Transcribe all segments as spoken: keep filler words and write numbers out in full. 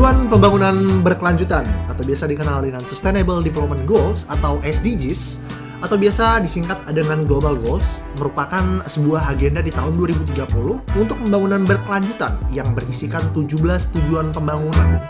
Tujuan pembangunan berkelanjutan atau biasa dikenal dengan Sustainable Development Goals atau S D Gs atau biasa disingkat dengan Global Goals merupakan sebuah agenda di tahun dua ribu tiga puluh untuk pembangunan berkelanjutan yang berisikan tujuh belas tujuan pembangunan.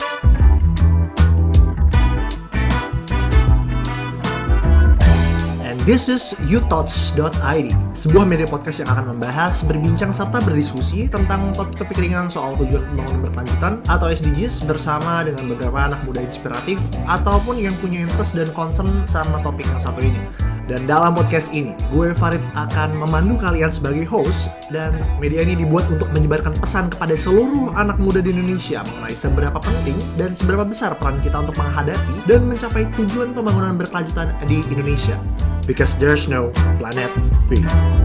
This is you thoughts dot i d, sebuah media podcast yang akan membahas, berbincang, serta berdiskusi tentang topik-topik ringan soal tujuan pembangunan berkelanjutan atau S D Gs bersama dengan beberapa anak muda inspiratif ataupun yang punya interest dan concern sama topik yang satu ini. Dan dalam podcast ini, gue Farid akan memandu kalian sebagai host, dan media ini dibuat untuk menyebarkan pesan kepada seluruh anak muda di Indonesia mengenai seberapa penting dan seberapa besar peran kita untuk menghadapi dan mencapai tujuan pembangunan berkelanjutan di Indonesia. Because there's no planet B.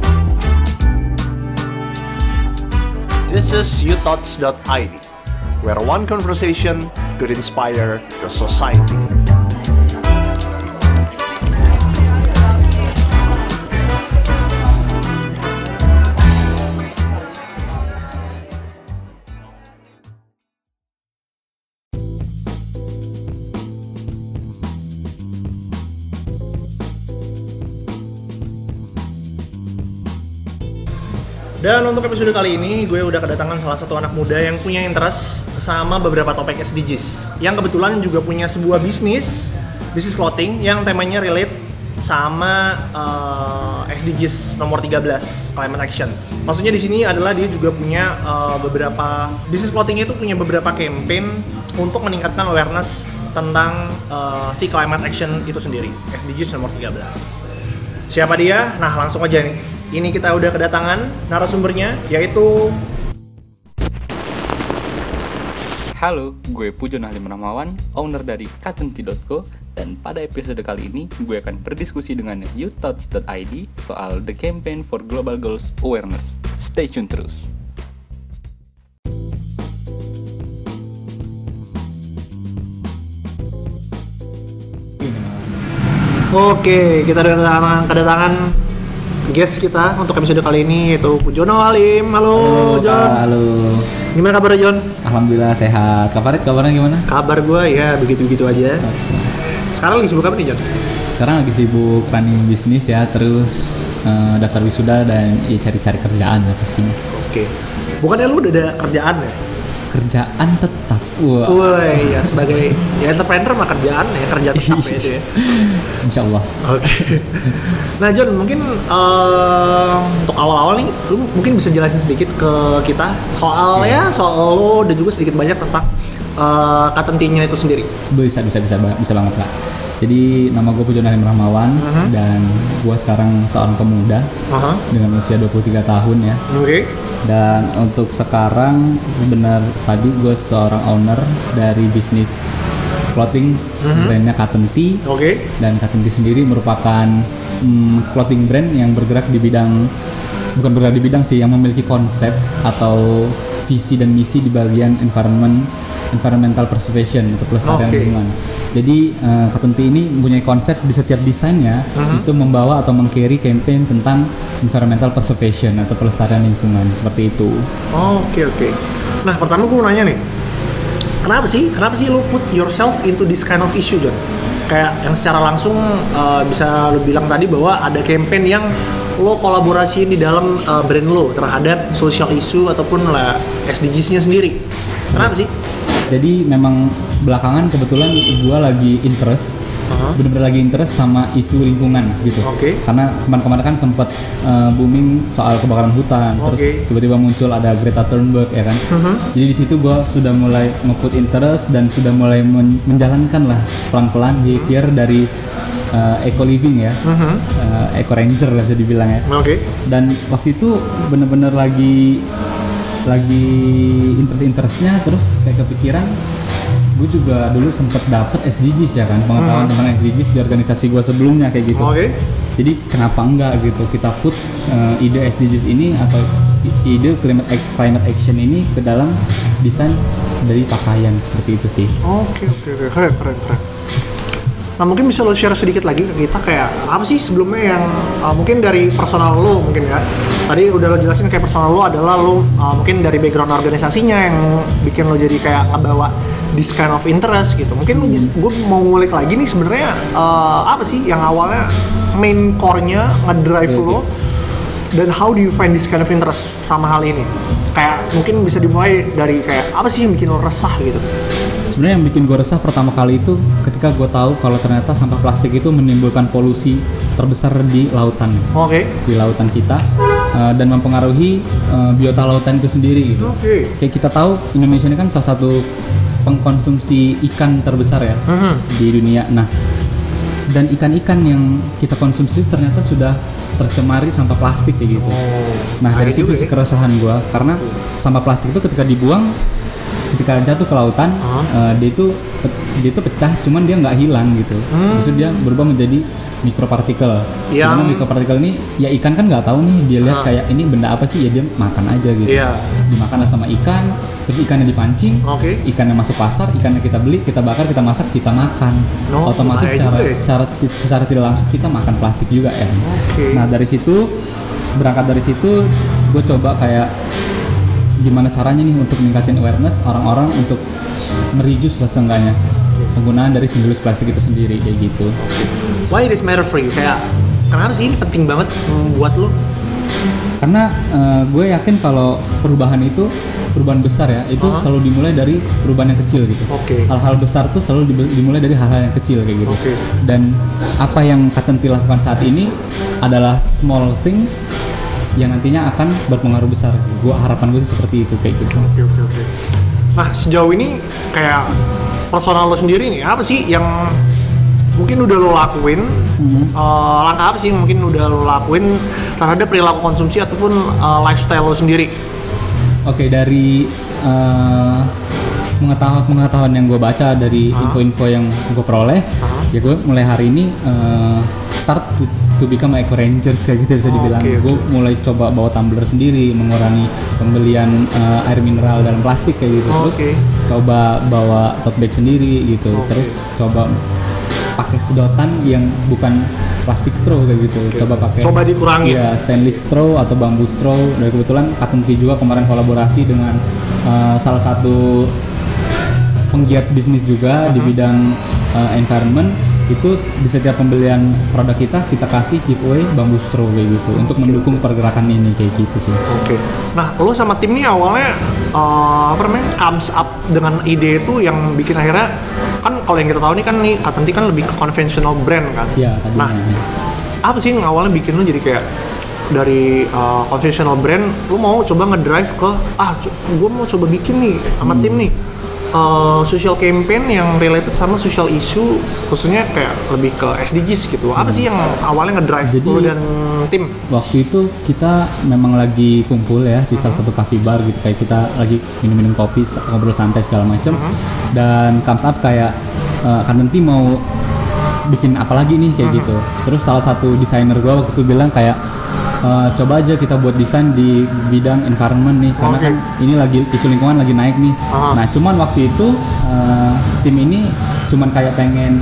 This is you thoughts dot i d, where one conversation could inspire the society. Dan untuk episode kali ini, gue udah kedatangan salah satu anak muda yang punya interest sama beberapa topik S D Gs, yang kebetulan juga punya sebuah bisnis, bisnis clothing yang temanya relate sama uh, S D Gs nomor tiga belas, Climate Actions. Maksudnya di sini adalah dia juga punya uh, beberapa, bisnis clothingnya itu punya beberapa campaign untuk meningkatkan awareness tentang uh, si Climate Action itu sendiri, S D Gs nomor tiga belas. Siapa dia? Nah, langsung aja nih. Ini kita udah kedatangan narasumbernya, yaitu... Halo, gue Pujon Halim Rahmawan, owner dari Katenti dot co, dan pada episode kali ini gue akan berdiskusi dengan you thoughts dot i d soal The Campaign for Global Goals Awareness. Stay tune terus. Oke, kita udah kedatangan, kedatangan guest kita untuk episode kali ini, yaitu Pujono Halim. Halo, halo Jon. Halo. Gimana kabar Jon? Alhamdulillah sehat. Kabarin kabarnya gimana? Kabar gue ya begitu-begitu aja. Sekarang lagi sibuk apa nih Jon? Sekarang lagi sibuk running bisnis ya, terus uh, daftar wisuda dan ya cari-cari kerjaan ya pastinya. Oke. Bukannya lu udah ada kerjaan ya? Kerjaan tetap. Wah. Woi, ya sebagai ya entrepreneur mah kerjaan ya, kerja tetap ya itu ya. Insya Allah. Oke. Okay. Nah Jon, mungkin uh, untuk awal-awal nih, lu mungkin bisa jelasin sedikit ke kita soal yeah. ya, soal lo dan juga sedikit banyak tentang uh, Katentinya itu sendiri. Bisa, bisa, bisa, bisa banget Kak. Jadi nama gue Pujon Halim Rahmawan uh-huh. dan gue sekarang seorang pemuda uh-huh. dengan usia dua puluh tiga tahun ya. Oke. Okay. Dan untuk sekarang benar tadi gue seorang owner dari bisnis clothing uh-huh. brandnya Katenti. Oke. Okay. Dan Katenti sendiri merupakan um, clothing brand yang bergerak di bidang, bukan bergerak di bidang sih, yang memiliki konsep atau visi dan misi di bagian environment, environmental preservation atau pelestarian okay. lingkungan. Jadi uh, Katenti ini mempunyai konsep di setiap desainnya uh-huh. itu membawa atau meng-carry campaign tentang environmental preservation atau pelestarian lingkungan, seperti itu. Oke oh, oke. Okay, okay. Nah pertama gue mau nanya nih, kenapa sih kenapa sih lo put yourself into this kind of issue Jon? Kayak yang secara langsung uh, bisa lo bilang tadi bahwa ada campaign yang lo kolaborasiin di dalam uh, brand lo terhadap social issue ataupun lah S D Gs-nya sendiri. Kenapa sih? Jadi memang belakangan kebetulan gue lagi interest, uh-huh. bener-bener lagi interest sama isu lingkungan gitu. Okay. Karena kemarin-kemarin kan sempat uh, booming soal kebakaran hutan, okay. terus tiba-tiba muncul ada Greta Thunberg ya kan. Uh-huh. Jadi di situ gue sudah mulai nge-put interest dan sudah mulai men- menjalankan lah pelan-pelan behavior uh-huh. dari uh, eco living ya, uh-huh. uh, eco ranger lah bisa dibilang ya. Okay. Dan waktu itu bener-bener lagi lagi interest-interestnya, terus kayak kepikiran gue juga dulu sempet dapet S D Gs ya kan, pengetahuan uh-huh. tentang S D Gs di organisasi gue sebelumnya kayak gitu. Okay. Jadi kenapa enggak gitu kita put uh, ide S D Gs ini atau ide climate climate action ini ke dalam desain dari pakaian, seperti itu sih. Oke oke oke, keren keren keren. Nah mungkin bisa lo share sedikit lagi ke kita kayak apa sih sebelumnya yang uh, mungkin dari personal lo mungkin ya. Tadi udah lo jelasin kayak personal lo adalah lo uh, mungkin dari background organisasinya yang bikin lo jadi kayak ngebawa this kind of interest gitu. Mungkin lu bisa, gue mau ngulik lagi nih sebenarnya uh, apa sih yang awalnya main core-nya ngedrive okay. lo, dan how do you find this kind of interest sama hal ini? Kayak mungkin bisa dimulai dari kayak apa sih yang bikin lo resah gitu? Sebenarnya yang bikin gue resah pertama kali itu ketika gue tahu kalau ternyata sampah plastik itu menimbulkan polusi terbesar di lautan. Oke. Okay. Di lautan kita uh, dan mempengaruhi uh, biota lautan itu sendiri gitu. Oke. Okay. Kayak kita tahu Indonesia ini kan salah satu pengkonsumsi ikan terbesar ya mm-hmm. di dunia. Nah, dan ikan-ikan yang kita konsumsi ternyata sudah tercemari sampah plastik kayak gitu. Oh, nah dari situ sih keresahan gue, karena sampah plastik itu ketika dibuang, ketika jatuh ke lautan, uh-huh. uh, dia itu dia itu pecah, cuman dia nggak hilang gitu. Hmm. Terus dia berubah menjadi mikropartikel. Yang... Dimana mikropartikel ini, ya ikan kan nggak tahu nih, dia lihat uh-huh. kayak ini benda apa sih, ya dia makan aja gitu. Yeah. Dimakan sama ikan, terus ikannya dipancing, okay. ikannya masuk pasar, ikannya kita beli, kita bakar, kita masak, kita makan. No, otomatis secara, secara secara tidak langsung kita makan plastik juga ya. Okay. Nah dari situ, berangkat dari situ, gue coba kayak gimana caranya nih untuk meningkatin awareness orang-orang untuk mereduce lah seenggaknya penggunaan dari single use plastik itu sendiri kayak gitu. Why this matter for you? Kayak kenapa sih ini penting banget buat lo? Karena uh, gue yakin kalau perubahan itu perubahan besar ya itu uh-huh. selalu dimulai dari perubahan yang kecil gitu. Okay. Hal-hal besar tuh selalu dimulai dari hal-hal yang kecil kayak gitu. Okay. Dan apa yang Katenty lakukan saat ini adalah small things yang nantinya akan berpengaruh besar. Gua harapan gue sih seperti itu kayak gitu. Oke oke oke. Nah sejauh ini kayak personal lo sendiri nih apa sih yang mungkin udah lo lakuin? Mm-hmm. Uh, langkah apa sih yang mungkin udah lo lakuin terhadap perilaku konsumsi ataupun uh, lifestyle lo sendiri? Oke okay, dari uh, pengetahuan-pengetahuan yang gue baca dari uh-huh. info-info yang gue peroleh, uh-huh. ya gue mulai hari ini uh, start to, to become eco rangers kayak gitu bisa dibilang. Oh, okay, gue okay. mulai coba bawa tumbler sendiri, mengurangi pembelian uh, air mineral dalam plastik kayak gitu. Terus okay. coba bawa tote bag sendiri gitu. Okay. Terus coba pakai sedotan yang bukan plastik straw kayak gitu. Okay. Coba pakai coba dikurangi. Ya, stainless straw atau bambu straw. Dan kebetulan Katenty juga kemarin kolaborasi dengan uh, salah satu penggiat bisnis juga uh-huh. di bidang uh, environment. Itu di setiap pembelian produk kita kita kasih giveaway bambu straw kayak gitu okay, untuk mendukung okay. pergerakan ini kayak gitu sih. Oke. Okay. Nah, lo sama tim nih awalnya uh, apa namanya comes up dengan ide itu yang bikin akhirnya kan kalau yang kita tahu nih kan nih Katenty kan lebih ke conventional brand kan. Iya, tadinya. Nah, apa sih yang awalnya bikin lo jadi kayak dari uh, conventional brand lo mau coba ngedrive ke ah co- gue mau coba bikin nih sama hmm. tim nih Uh, social campaign yang related sama social issue khususnya kayak lebih ke S D Gs gitu. Apa sih yang awalnya ngedrive lo dan tim? Waktu itu kita memang lagi kumpul ya di uh-huh. salah satu cafe bar gitu, kayak kita lagi minum-minum kopi, ngobrol santai segala macam. Uh-huh. Dan comes up kayak uh, Katenty mau bikin apa lagi nih kayak uh-huh. gitu. Terus salah satu desainer gua waktu itu bilang kayak Uh, coba aja kita buat desain di bidang environment nih karena okay. kan ini lagi isu lingkungan lagi naik nih. Uh-huh. Nah cuman waktu itu uh, tim ini cuman kayak pengen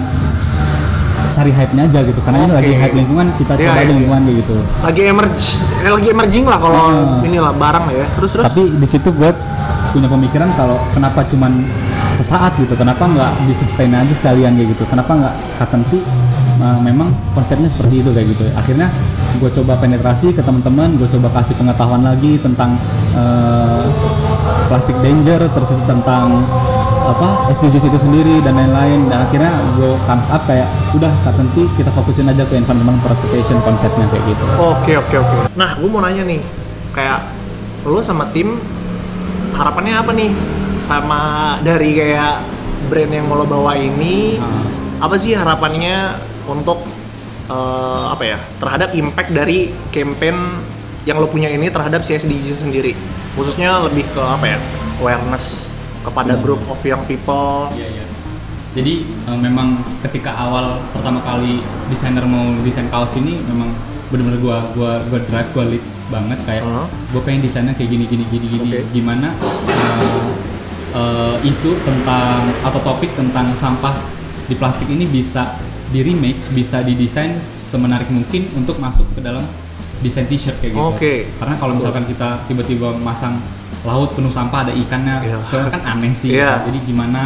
cari hype-nya aja gitu karena okay. ini lagi hype lingkungan kita yeah, coba yeah, aja lingkungan yeah. gitu. Lagi emerge, eh, lagi emerging lah kalau uh, inilah barang ya. Terus terus. Tapi di situ gue punya pemikiran kalau kenapa cuman sesaat gitu, kenapa nggak di-sustain aja sekalian kayak gitu, kenapa nggak Katenty uh, memang konsepnya seperti itu kayak gitu. Akhirnya gue coba penetrasi ke teman-teman, gue coba kasih pengetahuan lagi tentang uh, plastic danger, terus tentang apa S D Gs itu sendiri dan lain-lain, dan akhirnya gue comes up kayak udah Katenty kita fokusin aja ke environment preservation konsepnya kayak gitu. Oke oke oke. Nah gue mau nanya nih, kayak lo sama tim harapannya apa nih sama dari kayak brand yang mau lo bawa ini? Hmm. Apa sih harapannya untuk Uh, apa ya terhadap impact dari campaign yang lo punya ini terhadap si S D G sendiri, khususnya lebih ke apa ya awareness kepada hmm. group of young people. Iya, iya. Jadi uh, memang ketika awal pertama kali desainer mau desain kaos ini memang benar-benar gua gua gua drive gua lead banget kayak uh-huh. gua pengen desainnya kayak gini gini gini gini okay. gimana uh, uh, isu tentang atau topik tentang sampah di plastik ini bisa di remake, bisa didesain semenarik mungkin untuk masuk ke dalam desain t-shirt kayak gitu. Okay. Karena kalau misalkan kita tiba-tiba masang laut penuh sampah ada ikannya, yeah. soalnya kan aneh sih. Yeah. Gitu. Jadi gimana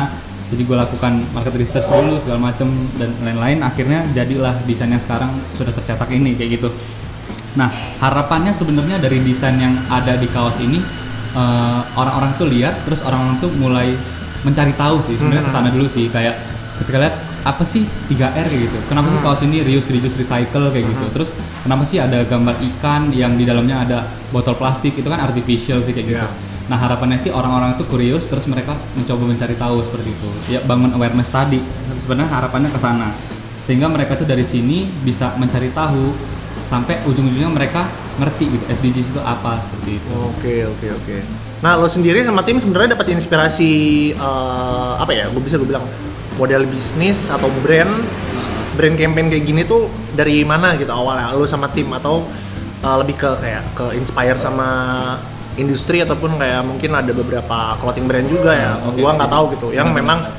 Jadi gue lakukan market research dulu segala macem dan lain-lain, akhirnya jadilah desain yang sekarang sudah tercetak ini kayak gitu. Nah, harapannya sebenarnya dari desain yang ada di kaos ini, uh, orang-orang tuh lihat, terus orang-orang tuh mulai mencari tahu sih sebenarnya hmm. kesana dulu sih, kayak ketika lihat apa sih tiga R kayak gitu, kenapa hmm. sih kaos ini reuse, reduce, recycle kayak hmm. gitu, terus kenapa sih ada gambar ikan yang di dalamnya ada botol plastik, itu kan artificial sih kayak gitu. Yeah. Nah, harapannya sih orang-orang itu curious, terus mereka mencoba mencari tahu seperti itu. Ya, bangun awareness tadi. Sebenarnya harapannya ke sana. Sehingga mereka tuh dari sini bisa mencari tahu sampai ujung-ujungnya mereka ngerti gitu S D Gs itu apa, seperti itu. Oke, oke, oke. Nah, lo sendiri sama tim sebenarnya dapat inspirasi uh, apa ya? Gue bisa gue bilang model bisnis atau brand brand campaign kayak gini tuh dari mana gitu awalnya? Lo sama tim atau uh, lebih ke kayak ke inspire sama industri ataupun kayak mungkin ada beberapa clothing brand juga ya, okay, gua nggak okay. tahu gitu, yang hmm. memang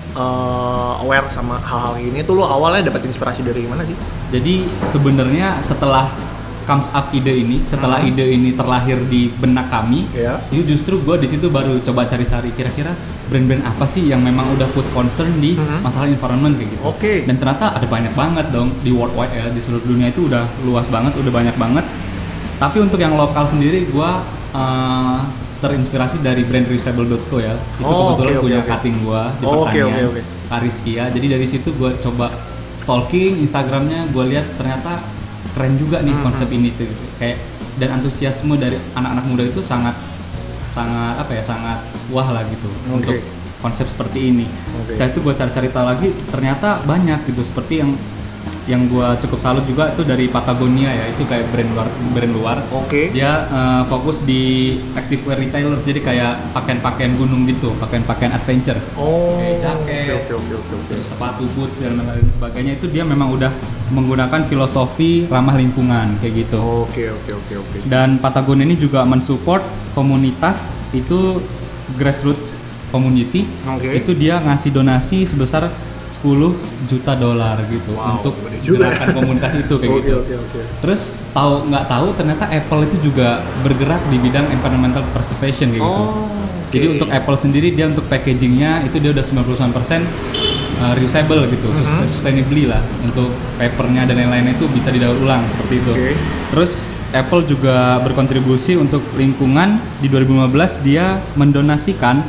uh, aware sama hal-hal ini tuh lo awalnya dapat inspirasi dari mana sih? Jadi sebenarnya setelah comes up ide ini, setelah hmm. ide ini terlahir di benak kami, yeah. itu justru gua di situ baru coba cari-cari kira-kira brand-brand apa sih yang memang udah put concern di hmm. masalah environment kayak gitu. Oke. Okay. Dan ternyata ada banyak banget dong di worldwide ya, di seluruh dunia itu udah luas banget, udah banyak banget. Tapi untuk yang lokal sendiri gua Uh, terinspirasi dari brand reusable dot co ya. Itu oh, kebetulan okay, punya okay, cutting gua di oh, pertanian, okay, okay, okay. Kariskia. Jadi dari situ gua coba stalking Instagramnya, gua lihat ternyata keren juga nih mm-hmm. konsep ini tuh gitu. Kayak dan antusiasme dari anak-anak muda itu sangat sangat apa ya, sangat wah lah gitu okay. untuk konsep seperti ini. Okay. Setelah itu gua cari-cari tahu lagi, ternyata banyak gitu, seperti yang yang gue cukup salut juga itu dari Patagonia ya, itu kayak brand luar brand luar. Oke. Okay. Dia uh, fokus di activewear retailer, jadi kayak pakaian-pakaian gunung gitu, pakaian-pakaian adventure. Oh. Kayak jaket, okay, okay, okay, okay. sepatu boots dan lain sebagainya, itu dia memang udah menggunakan filosofi ramah lingkungan kayak gitu. Oke oke oke oke. Dan Patagonia ini juga mensupport komunitas itu grassroots community. Okay. Itu dia ngasih donasi sebesar sepuluh juta dolar gitu wow, untuk gerakan komunitas itu kayak okay, gitu. Okay, okay. Terus tahu nggak tahu ternyata Apple itu juga bergerak di bidang environmental preservation kayak oh, gitu. Okay. Jadi untuk Apple sendiri dia untuk packagingnya itu dia udah sembilan puluh sembilan persen uh, reusable gitu, mm-hmm. sustainably lah, untuk papernya dan lain-lainnya itu bisa didaur ulang seperti itu. Okay. Terus Apple juga berkontribusi untuk lingkungan. Di dua ribu lima belas dia mendonasikan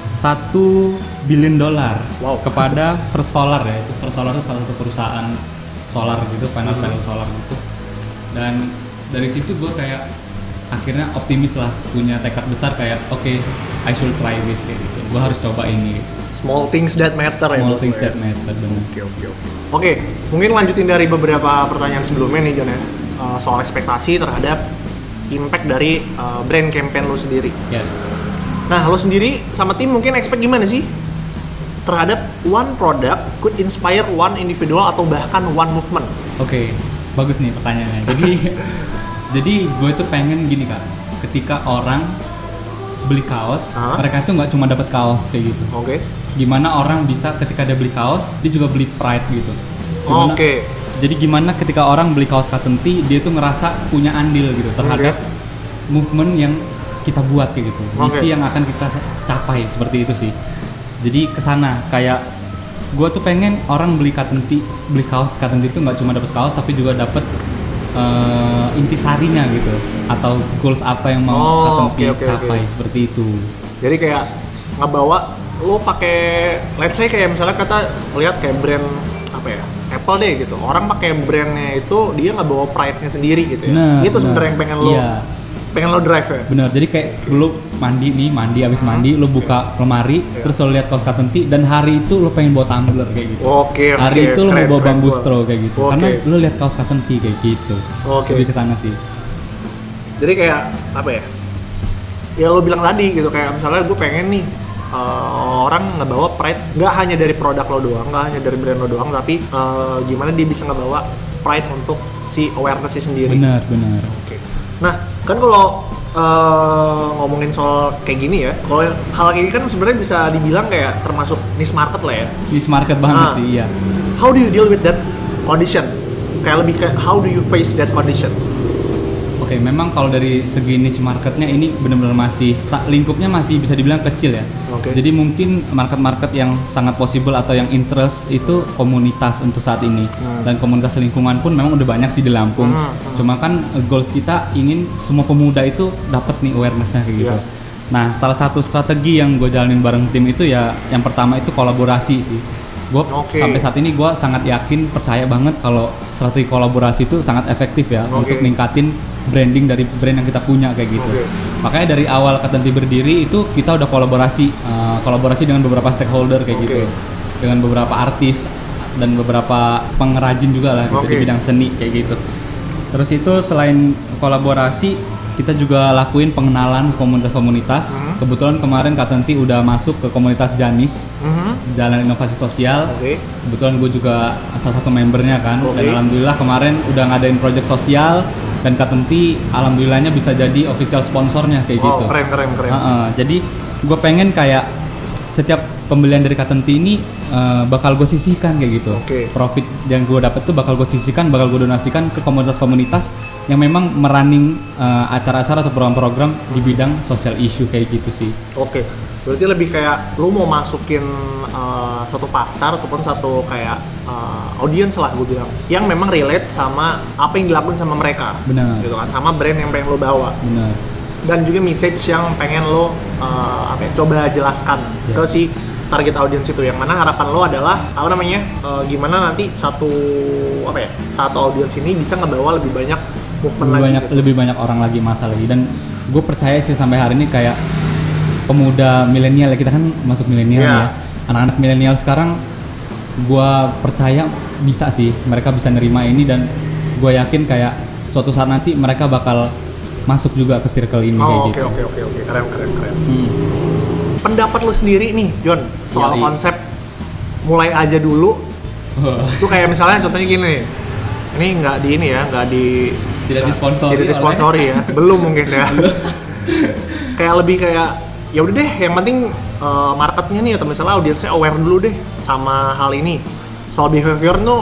satu billion dolar wow. kepada First Solar ya. Itu First Solar itu salah satu perusahaan solar gitu, panel-panel solar gitu. Dan dari situ gue kayak akhirnya optimis lah, punya tekad besar kayak oke, okay, I should try this ya gitu. Gue harus coba ini. Small things that matter ya. Small things that matter. Oke oke oke. Oke, mungkin lanjutin dari beberapa pertanyaan sebelumnya nih John ya, uh, soal ekspektasi terhadap impact dari uh, brand campaign lo sendiri. Yes. Nah, lo sendiri sama tim mungkin expect gimana sih terhadap one product could inspire one individual atau bahkan one movement? Oke, okay, bagus nih pertanyaannya. Jadi, jadi gue tuh pengen gini Kak, ketika orang beli kaos, huh? mereka tuh nggak cuma dapat kaos kayak gitu. Oke. Okay. Gimana orang bisa ketika dia beli kaos, dia juga beli pride gitu. Oke. Okay. Jadi gimana ketika orang beli kaos Cotton Tee, dia tuh ngerasa punya andil gitu terhadap okay. movement yang kita buat kayak gitu, misi okay. yang akan kita capai, seperti itu sih. Jadi kesana kayak gue tuh pengen orang beli Cotton Tee, beli kaos Cotton Tee itu nggak cuma dapat kaos tapi juga dapat uh, intisarinya gitu, atau goals apa yang mau oh, Cotton Tee okay, okay, capai okay. seperti itu. Jadi kayak ngebawa lo pakai, let's say kayak misalnya kata lihat kayak brand apa ya, Apple deh gitu, orang pakai brandnya itu dia nggak bawa pride-nya sendiri gitu ya. Nah, itu sebenarnya yang pengen lo iya. pengen lo drive ya? Bener, jadi kayak lu mandi nih, mandi abis mandi, lu buka okay. lemari, yeah. terus lo lihat kaos Cotton Tee, dan hari itu lo pengen bawa tumbler kayak gitu. Oke, okay, hari okay. itu lo mau bawa bamboo straw kayak gitu, okay. karena lo lihat kaos Cotton Tee kayak gitu. Oke. Okay. Lebih kesana sih. Jadi kayak apa ya? Ya lo bilang tadi gitu, kayak misalnya gue pengen nih uh, orang ngebawa pride, nggak hanya dari produk lo doang, nggak hanya dari brand lo doang, tapi uh, gimana dia bisa ngebawa pride untuk si awareness-nya sendiri. Benar, benar. Oke. Okay. Nah, kan kalau uh, ngomongin soal kayak gini ya, kalau hal kayak gini kan sebenarnya bisa dibilang kayak termasuk niche market lah ya. Niche market banget nah, sih, iya. How do you deal with that condition? Kayak lebih kayak how do you face that condition? Oke, Oke, memang kalau dari segi niche marketnya ini benar-benar masih lingkupnya masih bisa dibilang kecil ya. Oke. Jadi mungkin market-market yang sangat possible atau yang interest itu komunitas untuk saat ini. Hmm. Dan komunitas lingkungan pun memang udah banyak sih di Lampung. Hmm. Hmm. Cuma kan goals kita ingin semua pemuda itu dapat nih awareness-nya kayak gitu. Yeah. Nah, salah satu strategi yang gue jalanin bareng tim itu ya yang pertama itu kolaborasi sih. Gue okay. sampai saat ini gue sangat yakin, percaya banget kalau strategi kolaborasi itu sangat efektif ya okay. untuk ningkatin branding dari brand yang kita punya kayak gitu. Okay. Makanya dari awal Katenti berdiri itu kita udah kolaborasi, uh, kolaborasi dengan beberapa stakeholder kayak okay. gitu, dengan beberapa artis dan beberapa pengrajin juga lah gitu okay. di bidang seni kayak gitu. Terus itu selain kolaborasi kita juga lakuin pengenalan komunitas-komunitas. Mm-hmm. Kebetulan kemarin Katenti udah masuk ke komunitas Janis, mm-hmm. Jalan Inovasi Sosial. Okay. Kebetulan gue juga salah satu membernya kan. Okay. Dan alhamdulillah kemarin udah ngadain project sosial dan Katenti alhamdulillahnya bisa jadi official sponsornya kayak wow, gitu. Keren keren keren. Uh-uh. Jadi gue pengen kayak setiap pembelian dari Katenti ini uh, bakal gue sisihkan kayak gitu. Okay. Profit yang gue dapet tuh bakal gue sisihkan, bakal gue donasikan ke komunitas-komunitas yang memang merunning uh, acara-acara atau program-program hmm. di bidang social issue kayak gitu sih. Oke, okay. Berarti lebih kayak lu mau masukin uh, suatu pasar ataupun satu kayak uh, audience lah gue bilang, yang memang relate sama apa yang dilakukan sama mereka. Benar. Gitu kan, sama brand yang pengen lo bawa. Benar. Dan juga message yang pengen lo uh, apa ya, coba jelaskan yeah. ke si target audience itu, yang mana harapan lo adalah apa namanya uh, gimana nanti satu apa ya satu audience ini bisa ngebawa lebih banyak movement lebih lagi banyak gitu. lebih banyak orang lagi masa lagi. Dan gue percaya sih sampai hari ini kayak pemuda milenial ya, kita kan masuk milenial yeah. ya, anak-anak milenial sekarang gue percaya bisa sih mereka bisa nerima ini, dan gue yakin kayak suatu saat nanti mereka bakal masuk juga ke circle ini oh, kayak okay, gitu. Oke oke oke keren keren keren. Hmm. Pendapat lo sendiri nih, John, soal ya, konsep mulai aja dulu. Itu kayak misalnya contohnya gini, ini nggak di ini ya, nggak di tidak disponsori, tidak disponsori ya, belum mungkin ya. Kayak lebih kayak ya udah deh, yang penting uh, marketnya nih atau misalnya audiensnya aware dulu deh sama hal ini. Soal behavior tuh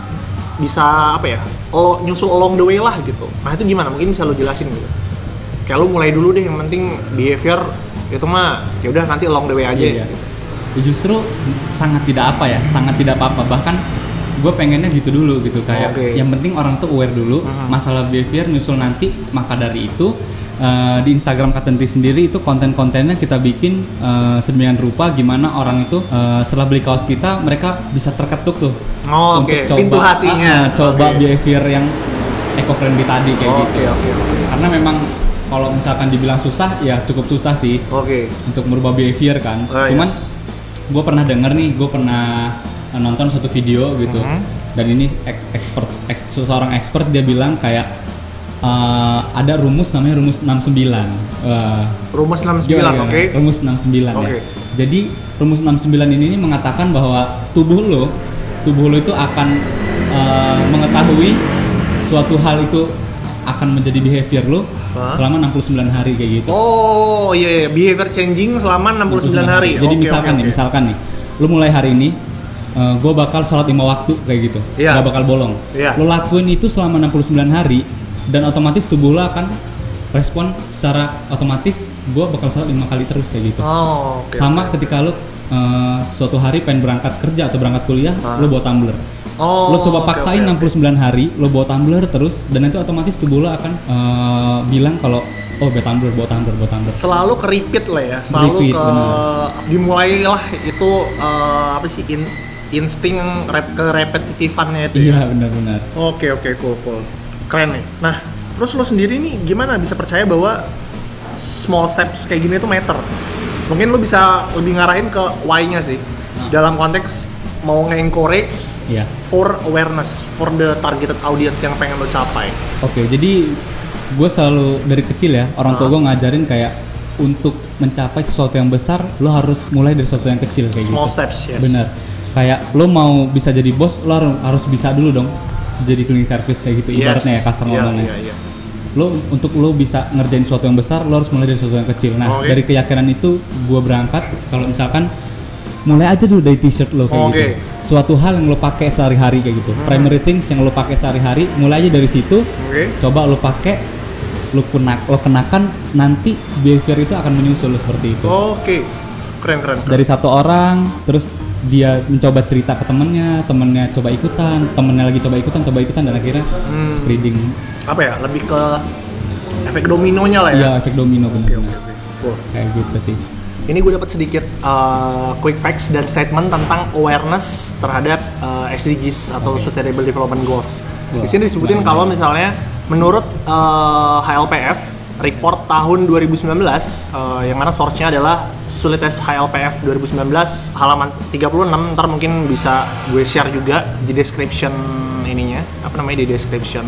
bisa apa ya, lo nyusul along the way lah gitu. Nah itu gimana? Mungkin bisa lo jelasin gitu. Kayak lo mulai dulu deh, yang penting behavior itu mah ya udah nanti along the way aja. Iya. Gitu. Justru sangat tidak apa ya, sangat tidak apa-apa. Bahkan gue pengennya gitu dulu gitu, kayak okay. yang penting orang tuh aware dulu, uh-huh. masalah behavior nyusul nanti. Maka dari itu uh, di Instagram Katenti sendiri itu konten-kontennya kita bikin uh, sedemikian rupa gimana orang itu uh, setelah beli kaos kita mereka bisa terketuk tuh oh, untuk okay. coba pintu hatinya uh, coba okay. behavior yang eco-friendly tadi kayak oh, gitu. Okay, okay, okay. Karena memang kalau misalkan dibilang susah ya cukup susah sih okay. untuk merubah behavior kan. Uh, Cuman yes. gue pernah denger nih, gue pernah nonton satu video gitu, uh-huh. dan ini expert, ex, seorang expert dia bilang kayak uh, ada rumus namanya rumus enam sembilan. Uh, rumus enam sembilan, oke. Okay. Rumus enam sembilan okay. ya. Jadi rumus enam sembilan ini, ini mengatakan bahwa tubuh lo, tubuh lo itu akan uh, mengetahui suatu hal itu akan menjadi behavior lo huh? selama enam puluh sembilan hari kayak gitu. Oh iya, yeah. behavior changing selama enam puluh sembilan hari. Jadi okay, misalkan okay, nih, okay. misalkan nih, lo mulai hari ini, uh, gue bakal sholat lima waktu kayak gitu, yeah. gak bakal bolong. Yeah. Lo lakuin itu selama enam puluh sembilan hari, dan otomatis tubuh lo akan respon secara otomatis, gue bakal sholat lima kali terus kayak gitu. Oh, okay, Sama okay. ketika lo uh, suatu hari pengen berangkat kerja atau berangkat kuliah, ah. lo bawa tumbler. Oh, lo coba paksain okay, okay, enam puluh sembilan hari, lo bawa tumbler terus, dan nanti otomatis tubuh lo akan uh, bilang kalau oh bawa tumbler, bawa tumbler, bawa tumbler. Selalu ke repeat lah ya, selalu repeat, ke bener. Dimulailah itu uh, apa sih in, insting rep, ke repetitifannya itu. Iya benar-benar. Oke oke cool cool, keren nih. Nah terus lo sendiri nih gimana bisa percaya bahwa small steps kayak gini itu matter? Mungkin lo bisa lebih ngarahin ke why-nya sih, nah. dalam konteks mau nge-encourage yeah. for awareness for the targeted audience yang pengen lo capai. Oke, okay, jadi gue selalu dari kecil ya, orang tua gue ngajarin kayak untuk mencapai sesuatu yang besar lo harus mulai dari sesuatu yang kecil kayak small gitu. steps, yes. Bener. Kayak lo mau bisa jadi bos, lo harus bisa dulu dong jadi cleaning service kayak gitu, yes. ibaratnya ya kasar ngomongnya. Yeah, yeah, yeah. Lo untuk lo bisa ngerjain sesuatu yang besar, lo harus mulai dari sesuatu yang kecil. Nah, okay. dari keyakinan itu gue berangkat kalau misalkan mulai aja dulu dari t-shirt lo kayak okay. gitu. Suatu hal yang lo pakai sehari-hari kayak gitu. Hmm. Primary things yang lo pakai sehari-hari, mulai aja dari situ. Okay. Coba lo pakai lo kena lo kenakan, nanti behavior itu akan menyusul seperti itu. Oke, okay. keren, keren keren. Dari satu orang, terus dia mencoba cerita ke temennya, temennya coba ikutan, temennya lagi coba ikutan, coba ikutan dan akhirnya hmm. spreading. Apa ya? Lebih ke efek dominonya lah ya. Iya, efek domino benar. Oke, oke, oke. Cool. Kayak gitu sih. Ini gue dapat sedikit uh, quick facts dan statement tentang awareness terhadap uh, S D Gs atau okay. Sustainable Development Goals. Wow. Di sini disebutin kalau misalnya menurut uh, H L P F report tahun dua ribu sembilan belas uh, yang mana source-nya adalah Sulites H L P F dua ribu sembilan belas halaman tiga puluh enam. Ntar mungkin bisa gue share juga di description ininya, apa namanya, di description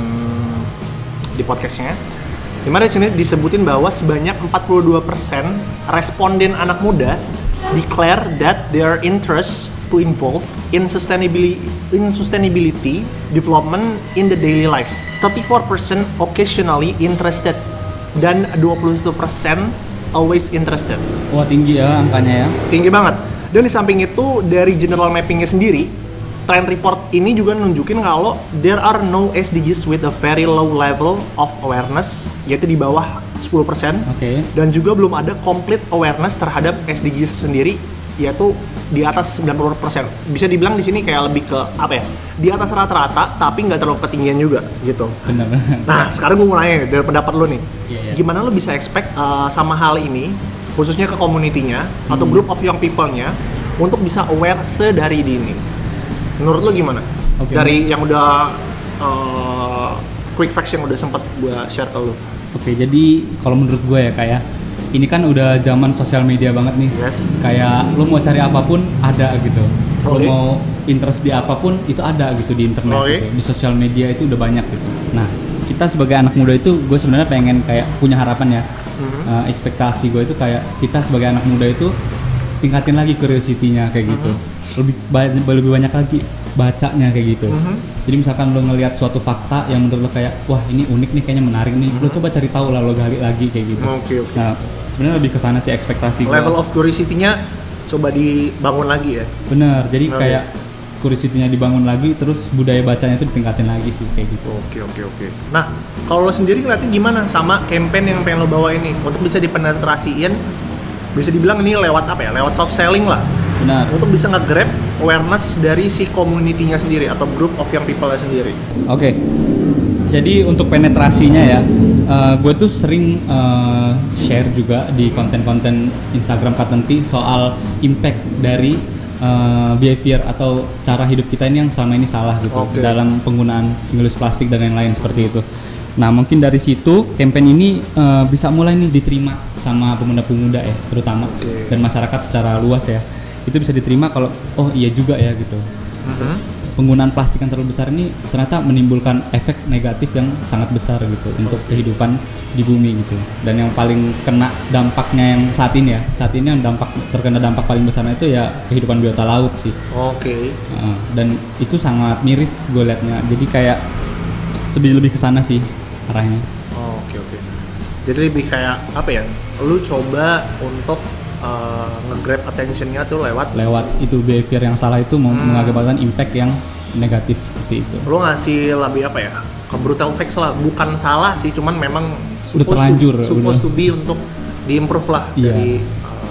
di podcastnya. Dimana di sini disebutin bahwa sebanyak empat puluh dua persen responden anak muda declare that their interest to involve in sustainability in sustainability development in the daily life. thirty-four percent occasionally interested dan dua puluh satu persen always interested. Wah, tinggi ya angkanya ya. Tinggi banget. Dan di samping itu dari general mappingnya sendiri, trend report ini juga nunjukin kalau there are no S D Gs with a very low level of awareness, yaitu di bawah sepuluh persen. Oke. Okay. Dan juga belum ada complete awareness terhadap S D Gs sendiri, yaitu di atas sembilan puluh persen. Bisa dibilang di sini kayak lebih ke apa ya? Di atas rata-rata tapi nggak terlalu ketinggian juga gitu. Benar. Nah, sekarang gue mau nanya dari pendapat lo nih. Yeah, yeah. Gimana lo bisa expect uh, sama hal ini, khususnya ke community-nya hmm. atau group of young people-nya untuk bisa aware sedari dini? Menurut lo gimana? Okay. Dari yang udah uh, quick facts yang udah sempat gue share ke lo. Oke, okay, jadi kalau menurut gue ya kayak ini kan udah zaman sosial media banget nih. Yes. Kayak lo mau cari apapun ada gitu. Okay. Lo mau interest di apapun itu ada gitu di internet. Okay. Gitu. Di sosial media itu udah banyak gitu. Nah, kita sebagai anak muda itu gue sebenarnya pengen kayak punya harapan ya. Mm-hmm. Uh, ekspektasi gue itu kayak kita sebagai anak muda itu tingkatin lagi curiosity-nya kayak gitu. Mm-hmm. lebih banyak lebih banyak lagi bacanya kayak gitu. Mm-hmm. Jadi misalkan lo ngelihat suatu fakta yang menurut lo kayak wah ini unik nih, kayaknya menarik nih, mm-hmm. lo coba cari tahu lah, lo gali lagi kayak gitu. Okay, okay. Nah sebenarnya lebih ke sana sih ekspektasi gue. Level of curiosity-nya coba dibangun lagi ya. Bener, jadi okay. kayak curiosity-nya dibangun lagi, terus budaya bacanya itu ditingkatin lagi sih kayak gitu. Oke oke oke. Nah kalau lo sendiri ngeliatnya gimana sama campaign yang pengen lo bawa ini untuk bisa dipenetrasiin? Bisa dibilang ini lewat apa ya? Lewat soft selling lah. Benar. Untuk bisa nge-grab awareness dari si community-nya sendiri atau group of young people-nya sendiri. Oke. Okay. Jadi untuk penetrasinya ya, uh, gue tuh sering uh, share juga di konten-konten Instagram Katenti soal impact dari uh, behavior atau cara hidup kita ini yang selama ini salah gitu. Okay. Dalam penggunaan single-use plastik dan lain-lain seperti itu. Nah mungkin dari situ campaign ini uh, bisa mulai nih diterima sama pemuda-pemuda ya terutama. Okay. Dan masyarakat secara luas ya. Itu bisa diterima kalau oh iya juga ya gitu. Uh-huh. Penggunaan plastik yang terlalu besar ini ternyata menimbulkan efek negatif yang sangat besar gitu okay. untuk kehidupan di bumi gitu. Dan yang paling kena dampaknya yang saat ini ya, saat ini yang dampak terkena dampak paling besarnya itu ya kehidupan biota laut sih. Oke. Okay. Uh, dan itu sangat miris gue liatnya. Jadi kayak lebih lebih ke sana sih arahnya. Oke oh, oke. Okay, okay. Jadi lebih kayak apa ya? Lu coba untuk Uh, nge-grab attention-nya tuh lewat lewat itu behavior yang salah itu hmm. mengakibatkan impact yang negatif seperti itu. Lo ngasih lebih apa ya? Ke brutal facts lah, bukan salah sih, cuman memang supposed terlanjur, to, supposed to be untuk di-improve lah yeah. dari uh,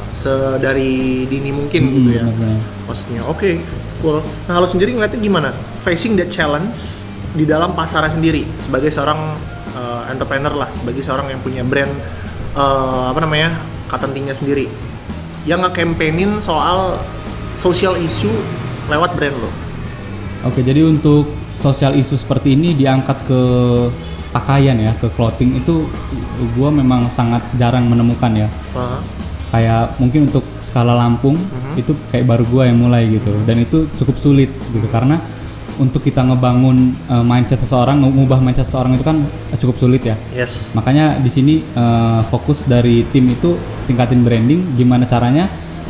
sedari dini mungkin hmm, gitu ya. Bener. Maksudnya oke, okay, cool. Nah, lo sendiri ngeliatnya gimana? Facing the challenge di dalam pasarnya sendiri sebagai seorang uh, entrepreneur lah, sebagai seorang yang punya brand uh, apa namanya? Katentinya sendiri. Yang nge-campaignin soal social issue lewat brand lo. Oke, jadi untuk social issue seperti ini diangkat ke pakaian ya, ke clothing itu gue memang sangat jarang menemukan ya. Uh-huh. Kayak mungkin untuk skala Lampung uh-huh. itu kayak baru gue yang mulai gitu, dan itu cukup sulit gitu karena untuk kita ngebangun uh, mindset seseorang, mengubah mindset seseorang itu kan cukup sulit ya. Yes. Makanya di sini uh, fokus dari tim itu tingkatin branding, gimana caranya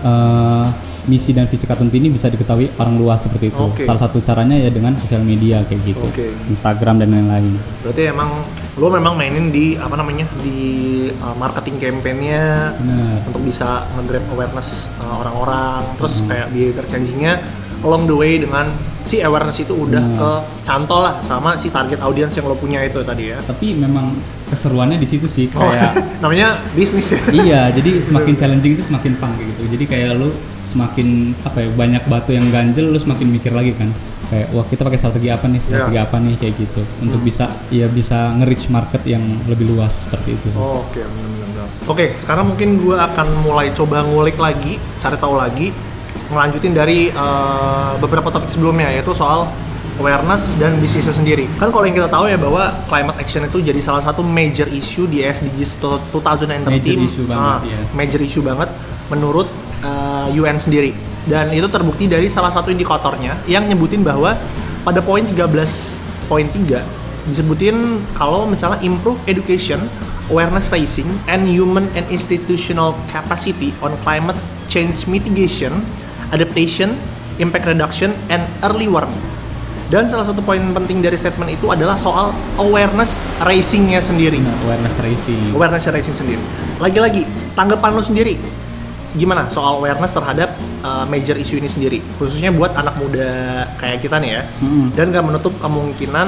uh, misi dan visi Katenti ini bisa diketahui orang luas seperti itu. Okay. Salah satu caranya ya dengan sosial media kayak gitu, okay. Instagram dan lain-lain. Berarti emang lo memang mainin di apa namanya di uh, marketing campaign-nya untuk bisa nge-grab awareness uh, orang-orang, terus hmm. kayak behavior changing-nya along the way dengan si awareness itu udah hmm. ke cantol lah sama si target audience yang lo punya itu tadi ya. Tapi memang keseruannya di situ sih kayak oh, namanya bisnis ya. Iya, jadi semakin challenging itu semakin fun kayak gitu. Jadi kayak lo semakin apa ya, banyak batu yang ganjel, lo semakin mikir lagi kan. Kayak wah kita pakai strategi apa nih, strategi yeah. apa nih kayak gitu. Untuk hmm. bisa ya bisa nge-reach market yang lebih luas seperti itu. Oh, oke, okay. benar-benar. Oke, okay, sekarang mungkin gue akan mulai coba ngulik lagi, cari tahu lagi, ngelanjutin dari uh, beberapa topik sebelumnya, yaitu soal awareness dan bisnisnya sendiri. Kan kalau yang kita tahu ya bahwa climate action itu jadi salah satu major issue di S D Gs dua ribu tiga puluh. Major issue banget, uh, ya. Major issue banget menurut uh, U N sendiri. Dan itu terbukti dari salah satu indikatornya yang nyebutin bahwa pada poin tiga belas poin tiga disebutin kalau misalnya improve education, awareness raising, and human and institutional capacity on climate change mitigation, adaptation, impact reduction, and early warning. Dan salah satu poin penting dari statement itu adalah soal awareness raising-nya sendiri. Nah, awareness raising. Awareness raising sendiri. Lagi-lagi, tanggapan lo sendiri gimana soal awareness terhadap uh, major issue ini sendiri, khususnya buat anak muda kayak kita nih ya, mm-hmm. dan gak menutup kemungkinan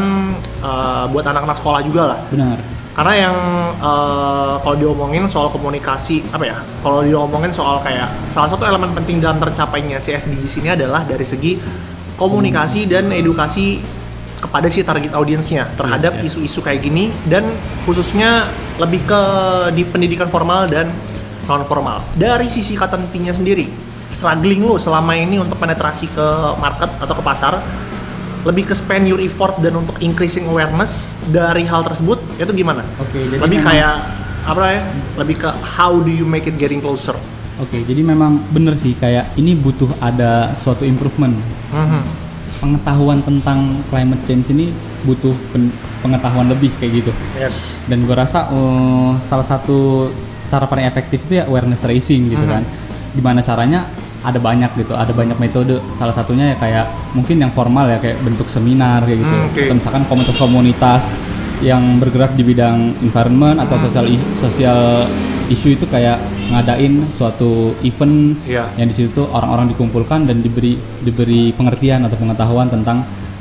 uh, buat anak-anak sekolah juga lah. Benar. Karena yang uh, kalau diomongin soal komunikasi apa ya, kalau diomongin soal kayak salah satu elemen penting dalam tercapainya si S D Gs ini adalah dari segi komunikasi mm. dan edukasi kepada si target audiensnya terhadap yes, yes. isu-isu kayak gini, dan khususnya lebih ke di pendidikan formal dan non formal. Dari sisi Katanti-nya sendiri, struggling lo selama ini untuk penetrasi ke market atau ke pasar, lebih ke spend your effort dan untuk increasing awareness dari hal tersebut, itu gimana? Oke, jadi lebih memang, kayak apa ya? Lebih ke how do you make it getting closer? Oke, jadi memang bener sih kayak ini butuh ada suatu improvement. Mm-hmm. Pengetahuan tentang climate change ini butuh pen- pengetahuan lebih kayak gitu. Yes. Dan gue rasa uh, salah satu cara paling efektif itu ya awareness raising gitu mm-hmm. kan. Gimana caranya? Ada banyak gitu, ada banyak metode. Salah satunya ya kayak mungkin yang formal ya kayak bentuk seminar kayak gitu. Mm, okay. Atau misalkan komunitas-komunitas yang bergerak di bidang environment atau sosial mm. sosial isu itu kayak ngadain suatu event yeah. yang di situ tuh orang-orang dikumpulkan dan diberi diberi pengertian atau pengetahuan tentang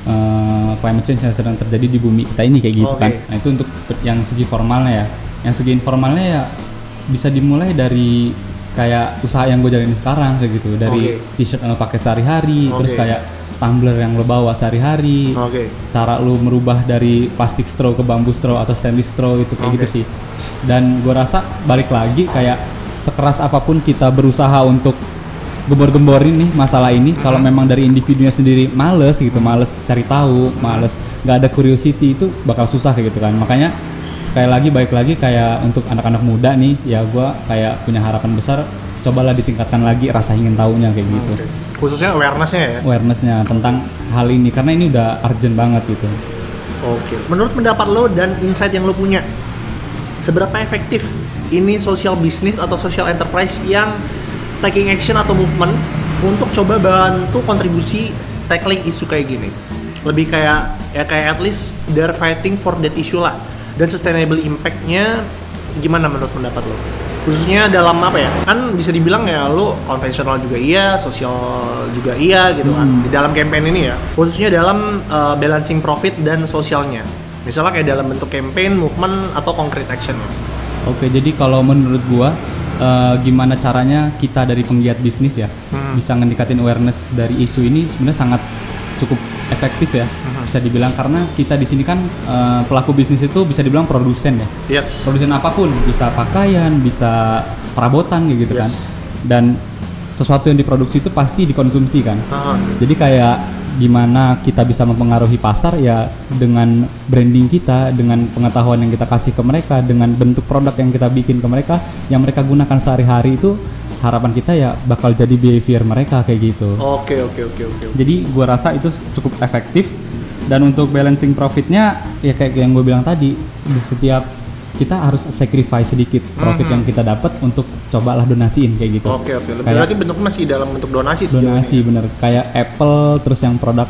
uh, climate change yang sedang terjadi di bumi kita ini kayak gitu okay. kan. Nah itu untuk yang segi formalnya ya. Yang segi informalnya ya bisa dimulai dari kayak usaha yang gue jalanin sekarang kayak gitu, dari okay. t-shirt yang lo pakai sehari-hari, okay. terus kayak tumbler yang lo bawa sehari-hari, okay. cara lo merubah dari plastik straw ke bambu straw atau stainless straw itu kayak okay. gitu sih. Dan gue rasa balik lagi kayak sekeras apapun kita berusaha untuk gembor-gemborin nih masalah ini, mm-hmm. kalau memang dari individunya sendiri males gitu, males cari tahu, males nggak ada curiosity, itu bakal susah kayak gitu kan. Makanya sekali lagi baik lagi kayak untuk anak-anak muda nih ya, gue kayak punya harapan besar, cobalah ditingkatkan lagi rasa ingin tahunya kayak gitu. Okay. Khususnya awarenessnya ya? Awarenessnya tentang hal ini karena ini udah urgent banget gitu. Oke. Okay. Menurut pendapat lo dan insight yang lo punya, seberapa efektif ini social business atau social enterprise yang taking action atau movement untuk coba bantu kontribusi tackling isu kayak gini? Lebih kayak ya kayak at least they're fighting for that issue lah. Dan sustainable impact-nya gimana menurut pendapat lo? Khususnya dalam apa ya? Kan bisa dibilang ya lo konvensional juga iya, sosial juga iya gitu kan. Hmm. Di dalam campaign ini ya. Khususnya dalam uh, balancing profit dan sosialnya. Misalnya kayak dalam bentuk campaign, movement atau concrete action. Oke, jadi kalau menurut gua uh, gimana caranya kita dari penggiat bisnis ya hmm. bisa ngendikatin awareness dari isu ini sebenarnya sangat cukup efektif ya, uh-huh. bisa dibilang, karena kita di sini kan uh, pelaku bisnis itu bisa dibilang produsen ya. Yes. Produsen apapun, bisa pakaian, bisa perabotan kayak gitu yes. kan. Dan sesuatu yang diproduksi itu pasti dikonsumsi kan. Uh-huh. Jadi kayak gimana kita bisa mempengaruhi pasar ya dengan branding kita, dengan pengetahuan yang kita kasih ke mereka, dengan bentuk produk yang kita bikin ke mereka, yang mereka gunakan sehari-hari itu. Harapan kita ya bakal jadi behavior mereka kayak gitu. Oke oke oke oke. Jadi gue rasa itu cukup efektif. Dan untuk balancing profitnya ya kayak yang gue bilang tadi, di setiap kita harus sacrifice sedikit profit mm-hmm. yang kita dapat untuk cobalah donasiin kayak gitu. Oke oke. Berarti bentuknya masih dalam bentuk donasi. Donasi ya? Bener. Kayak Apple terus yang produk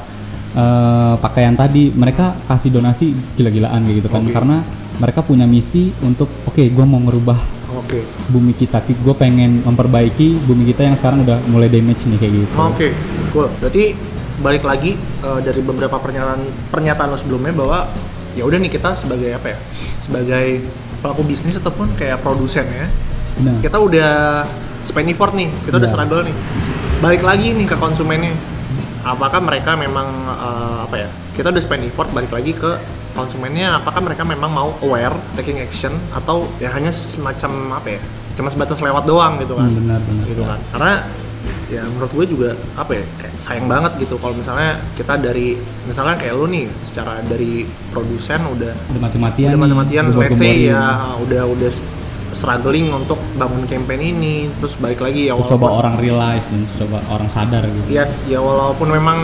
uh, pakaian tadi mereka kasih donasi gila-gilaan kayak gitu kan. Okay. Karena mereka punya misi untuk oke okay, gue mau ngerubah okay. bumi kita. Gue pengen memperbaiki bumi kita yang sekarang udah mulai damage nih kayak gitu. Oke, okay. cool. Berarti balik lagi uh, dari beberapa pernyataan pernyataan lo sebelumnya bahwa ya udah nih kita sebagai apa ya? Sebagai pelaku bisnis ataupun kayak produsen ya. Nah. Kita udah spend effort nih, kita udah struggle nih. Balik lagi nih ke konsumennya. Apakah mereka memang uh, apa ya? Kita udah spend effort, balik lagi ke konsumennya, apakah mereka memang mau aware, taking action, atau ya hanya semacam apa ya, cuma sebatas lewat doang gitu kan? Hmm, benar, benar. Gitu kan? Karena ya menurut gue juga apa ya, kayak sayang banget gitu kalau misalnya kita dari misalnya kayak lu nih, secara dari produsen udah udah mati-matian, udah mati-matian, nih, let's say ya udah udah struggling untuk bangun campaign ini, terus balik lagi ya walaupun, coba orang realize dan coba orang sadar gitu. Yes, ya walaupun memang